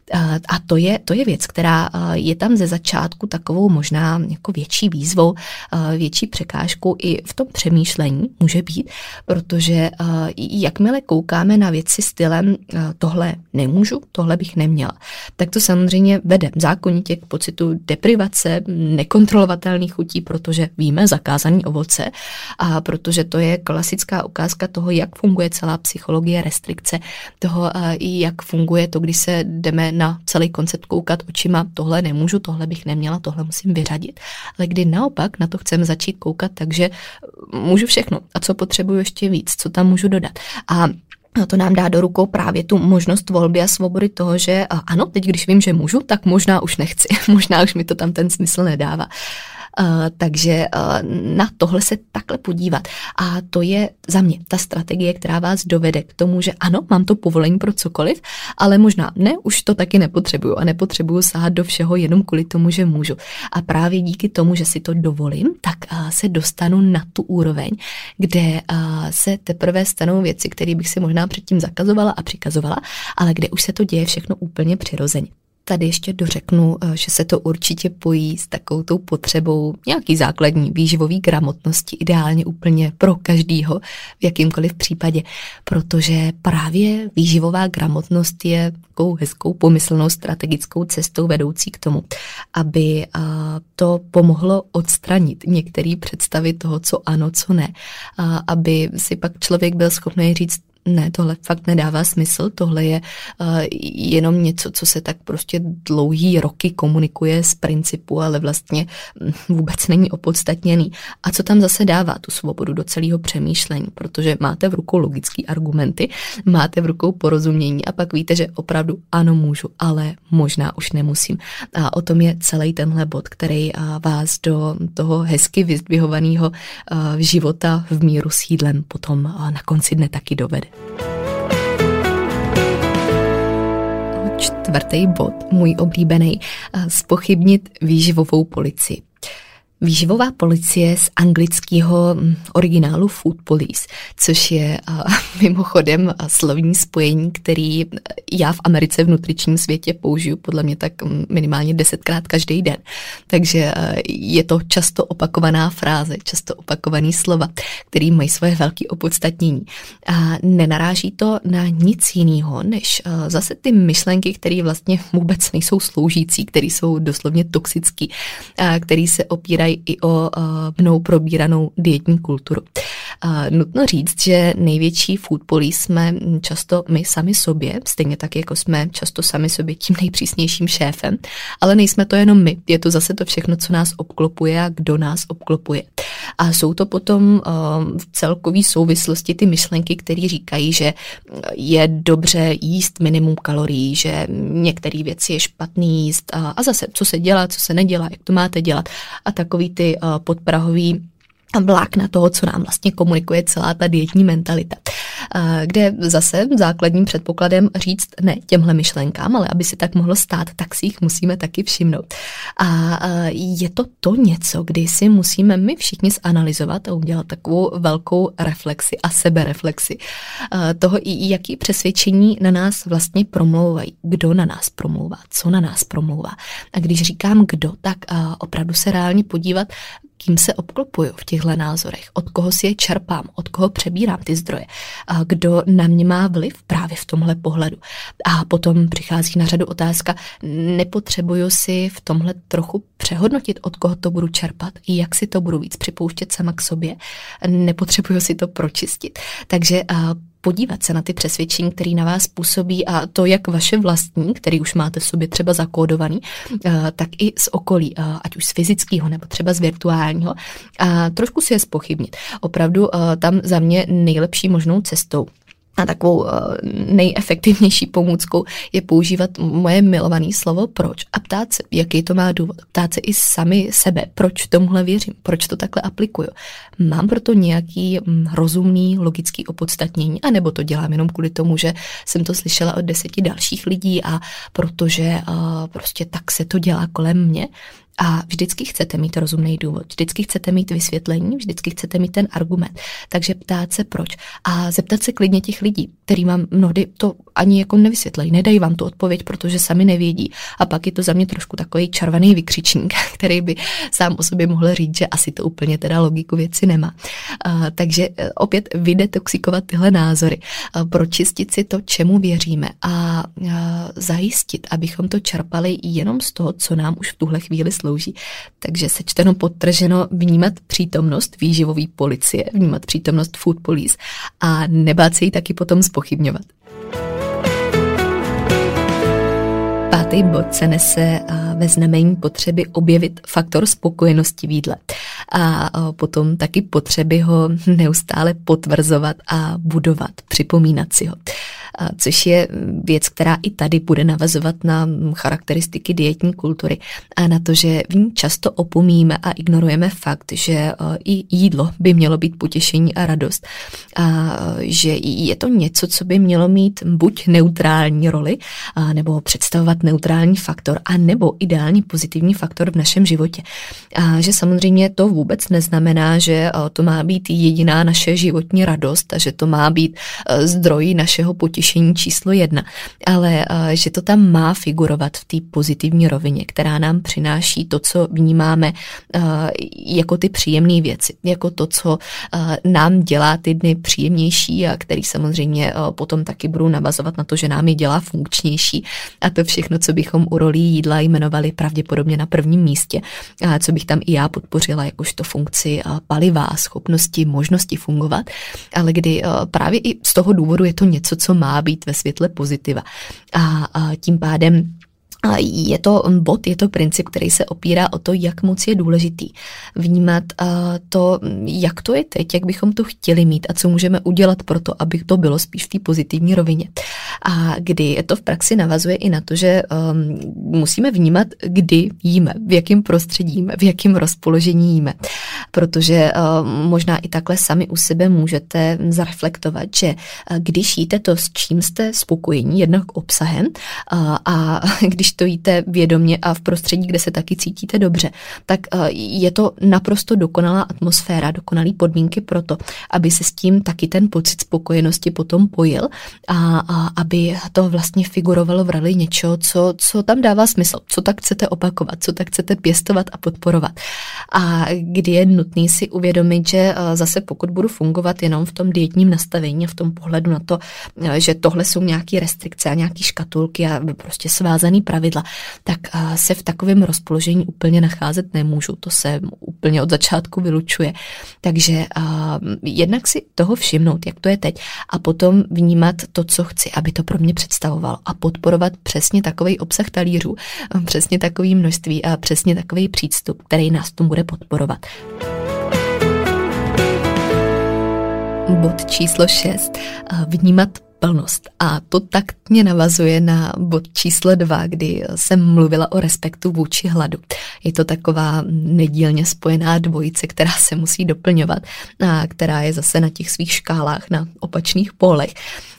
A to je, to je věc, která je tam ze začátku takovou možná jako větší výzvou, větší překážkou i v tom přemýšlení může být, protože jakmile koukáme na věci stylem tohle nemůžu, tohle bych neměla, tak to samozřejmě vede zákonitě k pocitu deprivace, nekontrolovatelných chutí, protože víme zakázaný ovoce a protože to je klasická ukázka toho, jak funguje celá psychologie restrikce, toho, jak funguje to, když se jdeme na celý koncept koukat očima, tohle nemůžu, tohle bych neměla, tohle musím vyřadit. Ale kdy naopak na to chceme začít koukat, takže můžu všechno. A co potřebuji ještě víc, co tam můžu dodat. A to nám dá do rukou právě tu možnost volby a svobody toho, že ano, teď když vím, že můžu, tak možná už nechci, možná už mi to tam ten smysl nedává. Uh, takže uh, na tohle se takhle podívat. A to je za mě ta strategie, která vás dovede k tomu, že ano, mám to povolení pro cokoliv, ale možná ne, už to taky nepotřebuju a nepotřebuju sahat do všeho jenom kvůli tomu, že můžu. A právě díky tomu, že si to dovolím, tak uh, se dostanu na tu úroveň, kde uh, se teprve stanou věci, které bych si možná předtím zakazovala a přikazovala, ale kde už se to děje všechno úplně přirozeně. Tady ještě dořeknu, že se to určitě pojí s takovou tou potřebou nějaký základní výživový gramotnosti, ideálně úplně pro každýho v jakýmkoliv případě, protože právě výživová gramotnost je takovou hezkou pomyslnou strategickou cestou vedoucí k tomu, aby to pomohlo odstranit některé představy toho, co ano, co ne, aby si pak člověk byl schopný říct, ne, tohle fakt nedává smysl, tohle je uh, jenom něco, co se tak prostě dlouhý roky komunikuje z principu, ale vlastně vůbec není opodstatněný. A co tam zase dává tu svobodu do celého přemýšlení, protože máte v rukou logické argumenty, máte v rukou porozumění a pak víte, že opravdu ano můžu, ale možná už nemusím. A o tom je celý tenhle bod, který uh, vás do toho hezky vyzdvihovaného uh, života v míru s jídlem potom uh, na konci dne taky dovede. Čtvrtý bod, můj oblíbený, zpochybnit výživovou policii. Výživová policie z anglického originálu Food Police, což je uh, mimochodem uh, slovní spojení, který já v Americe v nutričním světě použiju podle mě tak minimálně desetkrát každý den. Takže uh, je to často opakovaná fráze, často opakovaný slova, který mají svoje velké opodstatnění. A nenaráží to na nic jiného, než uh, zase ty myšlenky, které vlastně vůbec nejsou sloužící, které jsou doslovně toxický, uh, který se opírají i o mnou probíranou dietní kulturu. Nutno říct, že největší food police jsme často my sami sobě, stejně tak, jako jsme často sami sobě tím nejpřísnějším šéfem, ale nejsme to jenom my, je to zase to všechno, co nás obklopuje a kdo nás obklopuje. A jsou to potom v celkové souvislosti ty myšlenky, které říkají, že je dobře jíst minimum kalorií, že některé věci je špatný jíst a zase, co se dělá, co se nedělá, jak to máte dělat a takový ty podprahový vlákna toho, co nám vlastně komunikuje celá ta dietní mentalita. Kde zase základním předpokladem říct ne těmhle myšlenkám, ale aby si tak mohlo stát, tak si jich musíme taky všimnout. A je to to něco, kdy si musíme my všichni zanalyzovat a udělat takovou velkou reflexi a sebereflexi toho, jaký přesvědčení na nás vlastně promlouvají, kdo na nás promlouvá, co na nás promlouvá. A když říkám kdo, tak opravdu se reálně podívat, kým se obklopuju v těchto názorech, od koho si je čerpám, od koho přebírám ty zdroje, a kdo na mě má vliv právě v tomhle pohledu. A potom přichází na řadu otázka, nepotřebuju si v tomhle trochu přehodnotit, od koho to budu čerpat, jak si to budu víc připouštět sama k sobě, nepotřebuju si to pročistit. Takže podívat se na ty přesvědčení, které na vás působí a to jak vaše vlastní, který už máte v sobě třeba zakódovaný, tak i z okolí, ať už z fyzického nebo třeba z virtuálního, a trošku si je zpochybnit. Opravdu tam za mě nejlepší možnou cestou a takovou nejefektivnější pomůckou je používat moje milované slovo proč a ptát se, jaký to má důvod. Ptát se i sami sebe, proč tomuhle věřím, proč to takhle aplikuju. Mám proto nějaký rozumný, logický opodstatnění, anebo to dělám jenom kvůli tomu, že jsem to slyšela od deseti dalších lidí a protože prostě tak se to dělá kolem mě. A vždycky chcete mít rozumný důvod, vždycky chcete mít vysvětlení, vždycky chcete mít ten argument. Takže ptát se proč. A zeptat se klidně těch lidí, který vám mnohdy to ani jako nevysvětlejí, nedají vám tu odpověď, protože sami nevědí. A pak je to za mě trošku takový červený vykřičník, který by sám o sobě mohl říct, že asi to úplně teda logiku věci nemá. A, takže opět vydetoxikovat tyhle názory, a pročistit si to, čemu věříme a, a zajistit, abychom to čerpali jenom z toho, co nám už v tuhle chvíli slouží. Takže sečteno podtrženo vnímat přítomnost výživové policie, vnímat přítomnost food police a nebát se ji taky potom zpochybňovat. Pátý bod se nese ve znamení potřeby objevit faktor spokojenosti v jídle a potom taky potřeby ho neustále potvrzovat a budovat, připomínat si ho. Což je věc, která i tady bude navazovat na charakteristiky dietní kultury a na to, že v ní často opomíjíme a ignorujeme fakt, že i jídlo by mělo být potěšení a radost a že je to něco, co by mělo mít buď neutrální roli, nebo představovat neutrální faktor, a nebo ideální pozitivní faktor v našem životě. A že samozřejmě to vůbec neznamená, že to má být jediná naše životní radost a že to má být zdroj našeho potěšení číslo jedna, ale že to tam má figurovat v té pozitivní rovině, která nám přináší to, co vnímáme jako ty příjemné věci, jako to, co nám dělá ty dny příjemnější a který samozřejmě potom taky budou navazovat na to, že nám je dělá funkčnější a to všechno, co bychom u rolí jídla jmenovali pravděpodobně na prvním místě, a co bych tam i já podpořila jakožto funkci paliva, schopnosti, možnosti fungovat, ale kdy právě i z toho důvodu je to něco, co má být ve světle pozitiva. A, a tím pádem je to bod, je to princip, který se opírá o to, jak moc je důležitý vnímat to, jak to je teď, jak bychom to chtěli mít a co můžeme udělat pro to, aby to bylo spíš v té pozitivní rovině. A kdy to v praxi navazuje i na to, že um, musíme vnímat, kdy jíme, v jakém prostředí jíme, v jakém rozpoložení jíme. Protože uh, možná i takhle sami u sebe můžete zareflektovat, že uh, když jíte to, s čím jste spokojení, jednak obsahem uh, a když když to jíte vědomě a v prostředí, kde se taky cítíte dobře, tak je to naprosto dokonalá atmosféra, dokonalý podmínky pro to, aby se s tím taky ten pocit spokojenosti potom pojil a, a aby to vlastně figurovalo v roli něčeho, co, co tam dává smysl, co tak chcete opakovat, co tak chcete pěstovat a podporovat. A kdy je nutný si uvědomit, že zase pokud budu fungovat jenom v tom dietním nastavení, v tom pohledu na to, že tohle jsou nějaké restrikce a nějaké škatulky a prostě svázaný pravidla, tak se v takovém rozpoložení úplně nacházet nemůžu. To se úplně od začátku vylučuje. Takže jednak si toho všimnout, jak to je teď a potom vnímat to, co chci, aby to pro mě představovalo a podporovat přesně takový obsah talířů, přesně takový množství a přesně takový přístup, který nás tomu bude podporovat. Bod číslo šest. Vnímat plnost. A to taktně navazuje na bod číslo dva, kdy jsem mluvila o respektu vůči hladu. Je to taková nedílně spojená dvojice, která se musí doplňovat a která je zase na těch svých škálách na opačných pólech.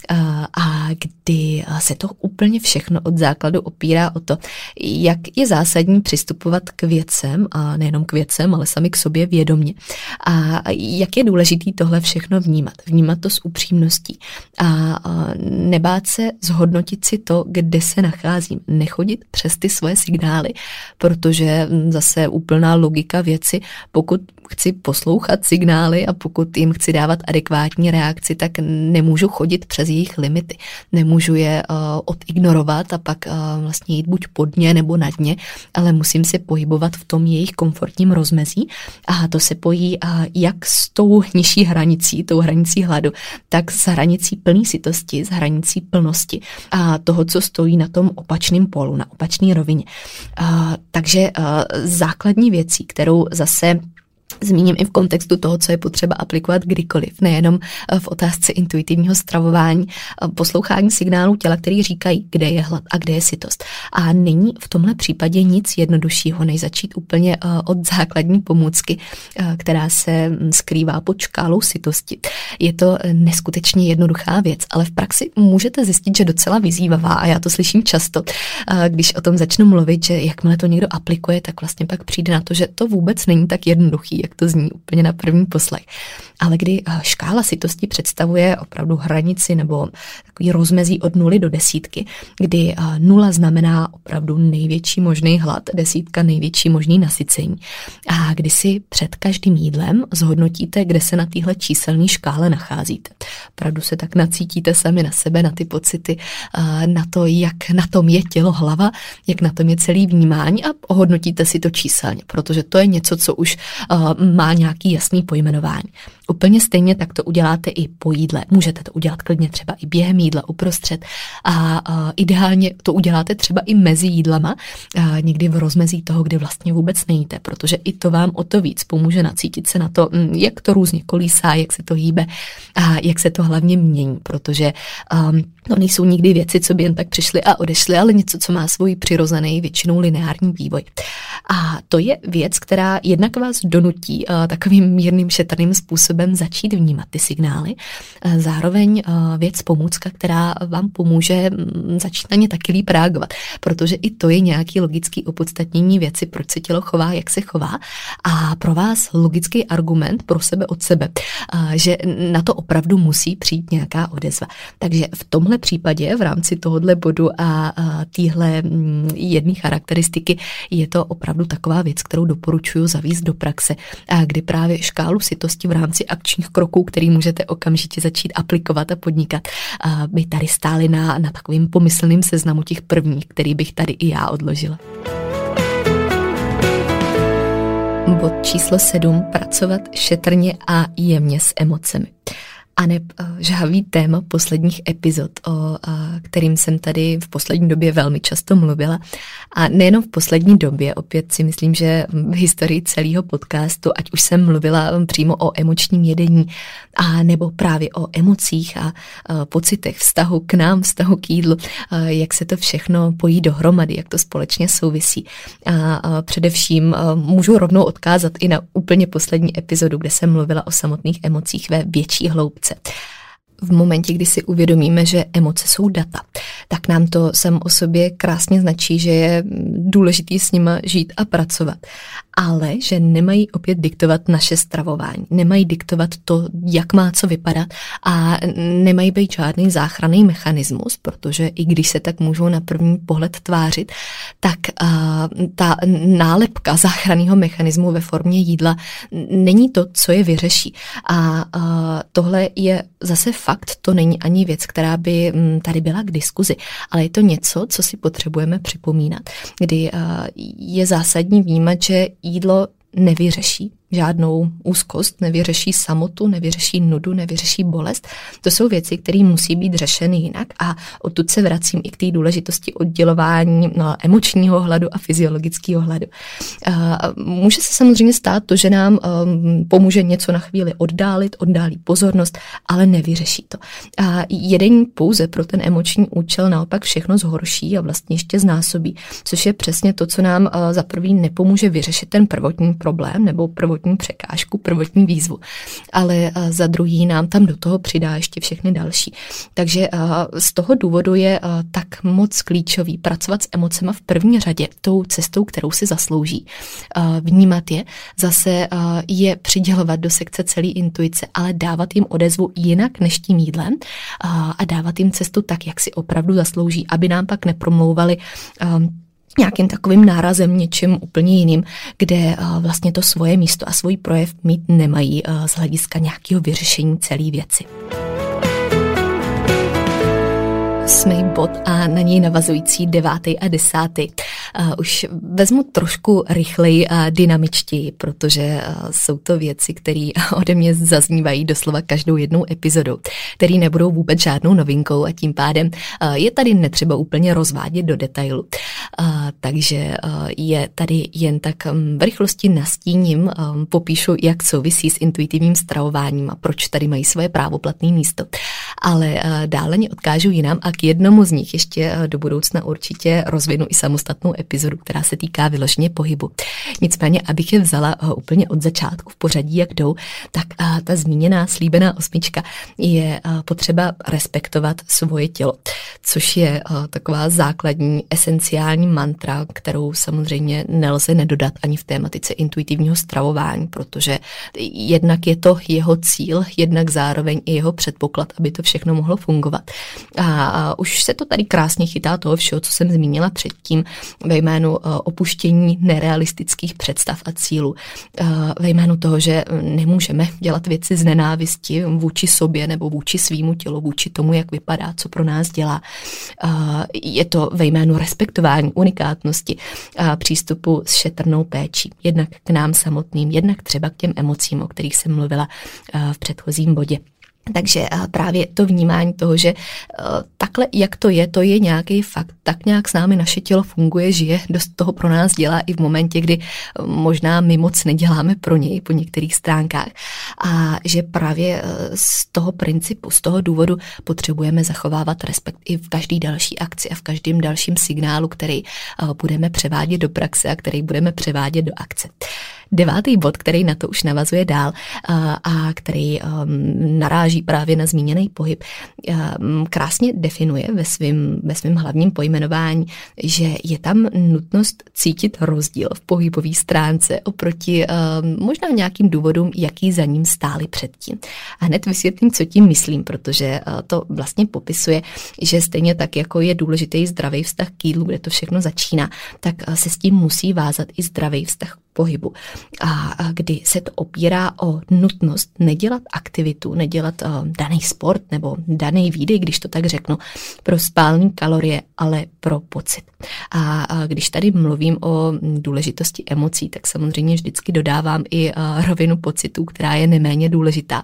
A kdy se to úplně všechno od základu opírá o to, jak je zásadní přistupovat k věcem, a nejenom k věcem, ale sami k sobě vědomě. A jak je důležitý tohle všechno vnímat. Vnímat to s upřímností. A nebát se zhodnotit si to, kde se nacházím. Nechodit přes ty svoje signály, protože zase úplná logika věci, pokud chci poslouchat signály a pokud jim chci dávat adekvátní reakci, tak nemůžu chodit přes jejich limity. Nemůžu je uh, odignorovat a pak uh, vlastně jít buď pod ně nebo nad ně, ale musím se pohybovat v tom jejich komfortním rozmezí a to se pojí uh, jak s tou nižší hranicí, tou hranicí hladu, tak s hranicí plný sytosti, s hranicí plnosti a toho, co stojí na tom opačném polu, na opačné rovině. Uh, takže uh, základní věcí, kterou zase zmíním i v kontextu toho, co je potřeba aplikovat kdykoliv, nejenom v otázce intuitivního stravování, poslouchání signálů těla, který říkají, kde je hlad a kde je sytost. A není v tomhle případě nic jednoduššího, než začít úplně od základní pomůcky, která se skrývá pod škálou sytosti. Je to neskutečně jednoduchá věc, ale v praxi můžete zjistit, že docela vyzývavá a já to slyším často, když o tom začnu mluvit, že jakmile to někdo aplikuje, tak vlastně pak přijde na to, že to vůbec není tak jednoduchý, jak to zní úplně na první poslech. Ale kdy škála sytosti představuje opravdu hranici nebo takový rozmezí od nuly do desítky, kdy nula znamená opravdu největší možný hlad, desítka největší možný nasycení. A kdy si před každým jídlem zhodnotíte, kde se na téhle číselné škále nacházíte. Opravdu se tak nacítíte sami na sebe, na ty pocity, na to, jak na tom je tělo, hlava, jak na tom je celý vnímání a ohodnotíte si to číselně, protože to je něco, co už má nějaký jasný pojmenování. Úplně stejně tak to uděláte i po jídle. Můžete to udělat klidně třeba i během jídla, uprostřed a, a ideálně to uděláte třeba i mezi jídlama, a někdy v rozmezí toho, kdy vlastně vůbec nejíte, protože i to vám o to víc pomůže nacítit se na to, jak to různě kolísá, jak se to hýbe a jak se to hlavně mění, protože um, to nejsou nikdy věci, co by jen tak přišly a odešly, ale něco, co má svůj přirozený, většinou lineární vývoj. A to je věc, která jednak vás donutí uh, takovým mírným šetrným způsobem začít vnímat ty signály. Uh, zároveň uh, věc pomůcka, která vám pomůže um, začít na ně taky líp reagovat, protože i to je nějaký logický opodstatnění věci, proč se tělo chová, jak se chová a pro vás logický argument pro sebe od sebe, uh, že na to opravdu musí přijít nějaká odezva. Takže v tomhle případě v rámci tohohle bodu a, a téhle jedné charakteristiky je to opravdu taková věc, kterou doporučuji zavíst do praxe, a kdy právě škálu sytosti v rámci akčních kroků, který můžete okamžitě začít aplikovat a podnikat, a by tady stály na, na takovým pomyslným seznamu těch prvních, který bych tady i já odložila. Bod číslo sedm. Pracovat šetrně a jemně s emocemi. A neb žhavý téma posledních epizod, o kterým jsem tady v poslední době velmi často mluvila. A nejenom v poslední době, opět si myslím, že v historii celého podcastu, ať už jsem mluvila přímo o emočním jedení, a nebo právě o emocích a pocitech, vztahu k nám, vztahu k jídlu, jak se to všechno pojí dohromady, jak to společně souvisí. A především můžu rovnou odkázat i na úplně poslední epizodu, kde jsem mluvila o samotných emocích ve větší hloubce. v momentě, kdy si uvědomíme, že emoce jsou data, tak nám to sam o sobě krásně značí, že je důležitý s nima žít a pracovat. Ale že nemají opět diktovat naše stravování, nemají diktovat to, jak má co vypadat a nemají být žádný záchranný mechanismus, protože i když se tak můžou na první pohled tvářit, tak uh, ta nálepka záchranného mechanismu ve formě jídla není to, co je vyřeší. A uh, tohle je zase fakt, to není ani věc, která by um, tady byla k diskuzi, ale je to něco, co si potřebujeme připomínat, kdy uh, je zásadní vnímat, že jídlo nevyřeší žádnou úzkost, nevyřeší samotu, nevyřeší nudu, nevyřeší bolest. To jsou věci, které musí být řešeny jinak a odtud se vracím i k té důležitosti oddělování no, emočního hladu a fyziologického hladu. Uh, může se samozřejmě stát to, že nám um, pomůže něco na chvíli oddálit, oddálí pozornost, ale nevyřeší to. A jedení pouze pro ten emoční účel naopak všechno zhorší a vlastně ještě znásobí, což je přesně to, co nám uh, za prvý nepomůže vyřešit ten prvotní problém nebo prvotní překážku, prvotní výzvu, ale za druhý nám tam do toho přidá ještě všechny další. Takže z toho důvodu je tak moc klíčový pracovat s emocema v první řadě tou cestou, kterou si zaslouží. Vnímat je, zase je přidělovat do sekce celý intuice, ale dávat jim odezvu jinak než tím jídlem a dávat jim cestu tak, jak si opravdu zaslouží, aby nám pak nepromlouvali nějakým takovým nárazem, něčím úplně jiným, kde vlastně to svoje místo a svůj projev mít nemají z hlediska nějakého vyřešení celé věci. Osmý bod a na něj navazující devátý a desátý. Uh, už vezmu trošku rychleji a dynamičtěji, protože uh, jsou to věci, které ode mě zaznívají doslova každou jednou epizodou, které nebudou vůbec žádnou novinkou a tím pádem uh, je tady netřeba úplně rozvádět do detailu. Uh, takže uh, je tady jen tak um, v rychlosti nastíním, um, popíšu, jak souvisí s intuitivním stravováním a proč tady mají svoje právoplatné místo. Ale uh, dále mě odkážu jinam a k jednomu z nich ještě uh, do budoucna určitě rozvinu i samostatnou epizodu, která se týká vyloženě pohybu. Nicméně, abych je vzala uh, úplně od začátku v pořadí, jak jdou, tak uh, ta zmíněná slíbená osmička je uh, potřeba respektovat svoje tělo, což je uh, taková základní, esenciální mantra, kterou samozřejmě nelze nedodat ani v tématice intuitivního stravování, protože jednak je to jeho cíl, jednak zároveň i jeho předpoklad, aby to všechno mohlo fungovat. A, a už se to tady krásně chytá toho všeho, co jsem zmínila předtím, ve jménu opuštění nerealistických představ a cílů, ve jménu toho, že nemůžeme dělat věci z nenávisti vůči sobě nebo vůči svýmu tělu, vůči tomu, jak vypadá, co pro nás dělá. Je to ve jménu respektování unikátnosti a přístupu s šetrnou péčí, jednak k nám samotným, jednak třeba k těm emocím, o kterých jsem mluvila v předchozím bodě. Takže právě to vnímání toho, že takhle, jak to je, to je nějaký fakt, tak nějak s námi naše tělo funguje, žije, dost toho pro nás dělá i v momentě, kdy možná my moc neděláme pro něj po některých stránkách a že právě z toho principu, z toho důvodu potřebujeme zachovávat respekt i v každý další akci a v každém dalším signálu, který budeme převádět do praxe a který budeme převádět do akce. Devátý bod, který na to už navazuje dál a, a který um, naráží právě na zmíněný pohyb, um, krásně definuje ve svém ve svém hlavním pojmenování, že je tam nutnost cítit rozdíl v pohybové stránce oproti um, možná nějakým důvodům, jaký za ním stály předtím. A hned vysvětlím, co tím myslím, protože uh, to vlastně popisuje, že stejně tak, jako je důležitý zdravý vztah k jídlu, kde to všechno začíná, tak uh, se s tím musí vázat i zdravý vztah pohybu. A kdy se to opírá o nutnost nedělat aktivitu, nedělat uh, daný sport nebo daný výdej, když to tak řeknu, pro spálení kalorie, ale pro pocit. A, a když tady mluvím o důležitosti emocí, tak samozřejmě vždycky dodávám i uh, rovinu pocitů, která je neméně důležitá.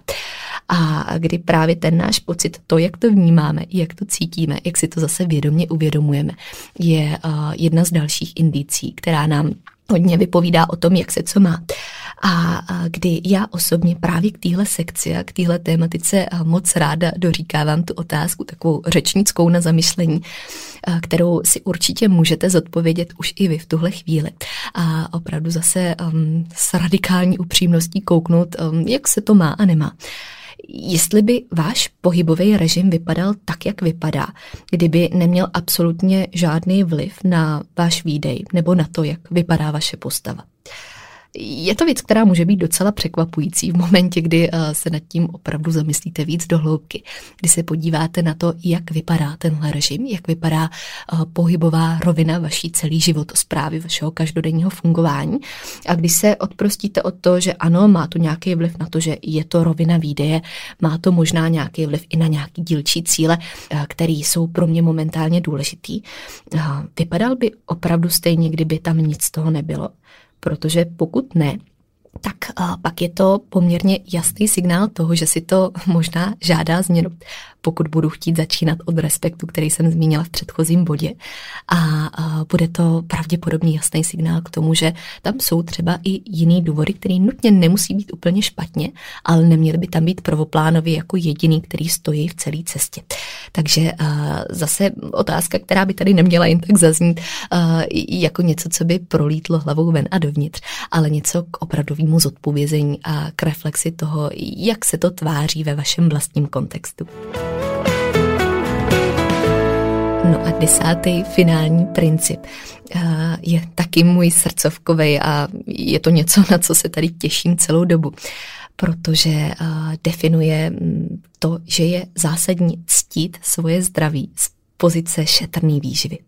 A kdy právě ten náš pocit, to, jak to vnímáme, jak to cítíme, jak si to zase vědomě uvědomujeme, je uh, jedna z dalších indicí, která nám hodně vypovídá o tom, jak se co má. A kdy já osobně právě k téhle sekci a k téhle tématice moc ráda doříkávám tu otázku, takovou řečnickou na zamyšlení, kterou si určitě můžete zodpovědět už i vy v tuhle chvíli. A opravdu zase um, s radikální upřímností kouknout, um, jak se to má a nemá. Jestli by váš pohybový režim vypadal tak, jak vypadá, kdyby neměl absolutně žádný vliv na váš výdej nebo na to, jak vypadá vaše postava. Je to věc, která může být docela překvapující v momentě, kdy se nad tím opravdu zamyslíte víc do hloubky, kdy se podíváte na to, jak vypadá tenhle režim, jak vypadá pohybová rovina vaší celý životosprávy, vašeho každodenního fungování. A když se odprostíte od toho, že ano, má to nějaký vliv na to, že je to rovina výdeje, má to možná nějaký vliv i na nějaký dílčí cíle, které jsou pro mě momentálně důležitý, vypadal by opravdu stejně, kdyby tam nic z toho nebylo. Protože pokud ne, tak pak je to poměrně jasný signál toho, že si to možná žádá změnu, pokud budu chtít začínat od respektu, který jsem zmínila v předchozím bodě. A bude to pravděpodobně jasný signál k tomu, že tam jsou třeba i jiný důvody, které nutně nemusí být úplně špatně, ale neměly by tam být prvoplánově jako jediný, který stojí v celé cestě. Takže zase otázka, která by tady neměla jen tak zaznít jako něco, co by prolítlo hlavou ven a dovnitř, ale něco k opravdovému zodpovězení a k reflexi toho, jak se to tváří ve vašem vlastním kontextu. No a desátý finální princip je taky můj srdcovkovej a je to něco, na co se tady těším celou dobu, protože definuje to, že je zásadní ctít svoje zdraví z pozice šetrný výživy.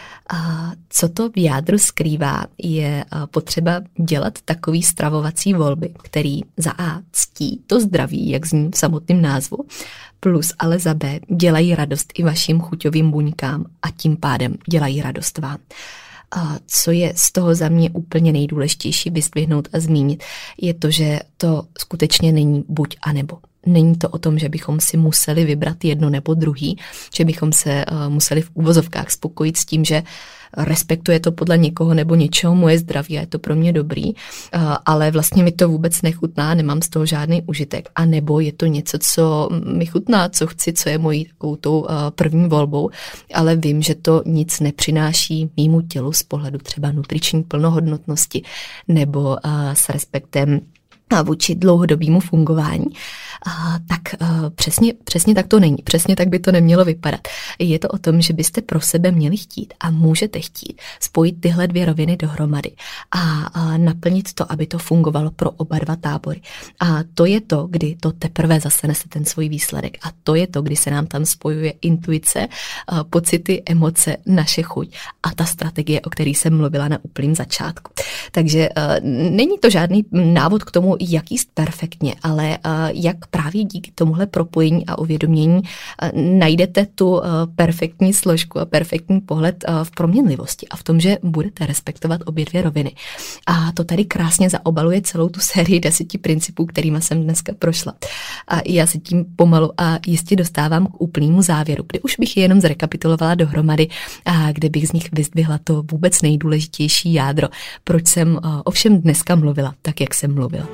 A co to v jádru skrývá, je potřeba dělat takový stravovací volby, který za A ctí to zdraví, jak zní v samotném názvu, plus ale za B dělají radost i vašim chuťovým buňkám a tím pádem dělají radost vám. A co je z toho za mě úplně nejdůležitější vyzdvihnout a zmínit, je to, že to skutečně není buď a nebo. Není to o tom, že bychom si museli vybrat jedno nebo druhý, že bychom se uh, museli v úvozovkách spokojit s tím, že respektuje to podle někoho nebo něčeho moje zdraví a je to pro mě dobrý, uh, ale vlastně mi to vůbec nechutná, nemám z toho žádný užitek. A nebo je to něco, co mi chutná, co chci, co je mojí takovou tou uh, první volbou, ale vím, že to nic nepřináší mýmu tělu z pohledu třeba nutriční plnohodnotnosti nebo uh, s respektem a vůči dlouhodobému fungování, a tak a přesně, přesně tak to není. Přesně tak by to nemělo vypadat. Je to o tom, že byste pro sebe měli chtít a můžete chtít spojit tyhle dvě roviny dohromady a, a naplnit to, aby to fungovalo pro oba dva tábory. A to je to, kdy to teprve zase nese ten svůj výsledek. A to je to, kdy se nám tam spojuje intuice, a pocity, emoce, naše chuť a ta strategie, o které jsem mluvila na úplném začátku. Takže a, není to žádný návod k tomu, jak jíst perfektně, ale jak právě díky tomuhle propojení a uvědomění najdete tu perfektní složku a perfektní pohled v proměnlivosti a v tom, že budete respektovat obě dvě roviny. A to tady krásně zaobaluje celou tu sérii deseti principů, kterýma jsem dneska prošla. A já se tím pomalu a jistě dostávám k úplnému závěru, kdy už bych je jenom zrekapitulovala dohromady a kde bych z nich vyzdvihla to vůbec nejdůležitější jádro, proč jsem ovšem dneska mluvila tak, jak jsem mluvila.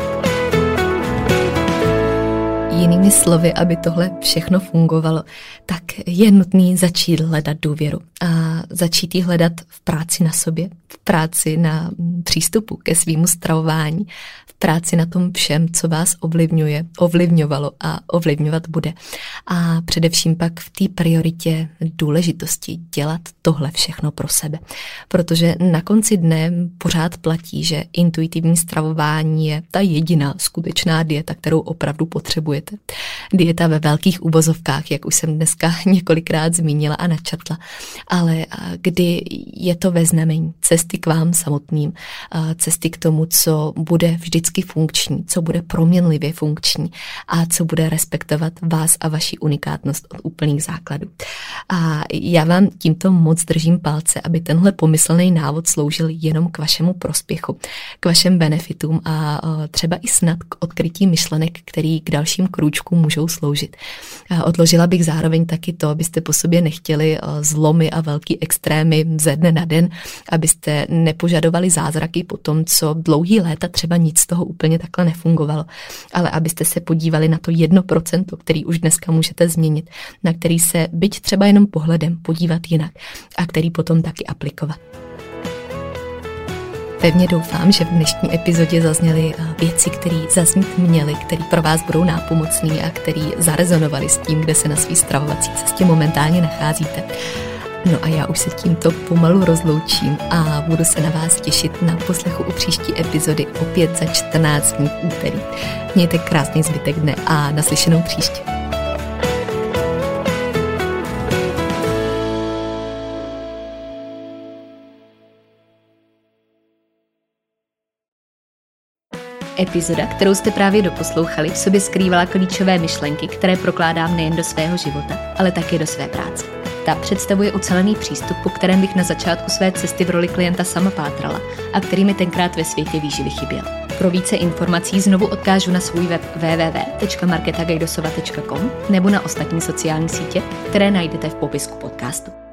Jinými slovy, aby tohle všechno fungovalo, tak je nutný začít hledat důvěru a začít ji hledat v práci na sobě, v práci na přístupu ke svýmu stravování, v práci na tom všem, co vás ovlivňuje, ovlivňovalo a ovlivňovat bude. A především pak v té prioritě důležitosti dělat tohle všechno pro sebe. Protože na konci dne pořád platí, že intuitivní stravování je ta jediná skutečná dieta, kterou opravdu potřebujete. Dieta ve velkých uvozovkách, jak už jsem dneska několikrát zmínila a načatla, ale kdy je to ve znamení cesty k vám samotným, cesty k tomu, co bude vždycky funkční, co bude proměnlivě funkční a co bude respektovat vás a vaši unikátnost od úplných základů. A já vám tímto moc držím palce, aby tenhle pomyslný návod sloužil jenom k vašemu prospěchu, k vašem benefitům a třeba i snad k odkrytí myšlenek, který k dalším krůčkům můžou sloužit. A odložila bych zároveň taky to, abyste po sobě nechtěli zlomy a velký extrémy ze dne na den, abyste nepožadovali zázraky po tom, co dlouhý léta třeba nic z toho úplně takhle nefungovalo, ale abyste se podívali na to jedno procento, který už dneska můžete změnit, na který se byť třeba jenom pohledem podívat jinak a který potom taky aplikovat. Pevně doufám, že v dnešní epizodě zazněly věci, které zaznít měly, které pro vás budou nápomocné a které zarezonovaly s tím, kde se na svý stravovací cestě momentálně nacházíte. No a já už se tímto pomalu rozloučím a budu se na vás těšit na poslechu u příští epizody opět za čtrnáct dní v úterý. Mějte krásný zbytek dne a naslyšenou příště. Epizoda, kterou jste právě doposlouchali, v sobě skrývala klíčové myšlenky, které prokládám nejen do svého života, ale také do své práce. Ta představuje ucelený přístup, po kterém bych na začátku své cesty v roli klienta sama pátrala a který mi tenkrát ve světě výživy chyběl. Pro více informací znovu odkážu na svůj web w w w tečka marketa gajdosova tečka com nebo na ostatní sociální sítě, které najdete v popisku podcastu.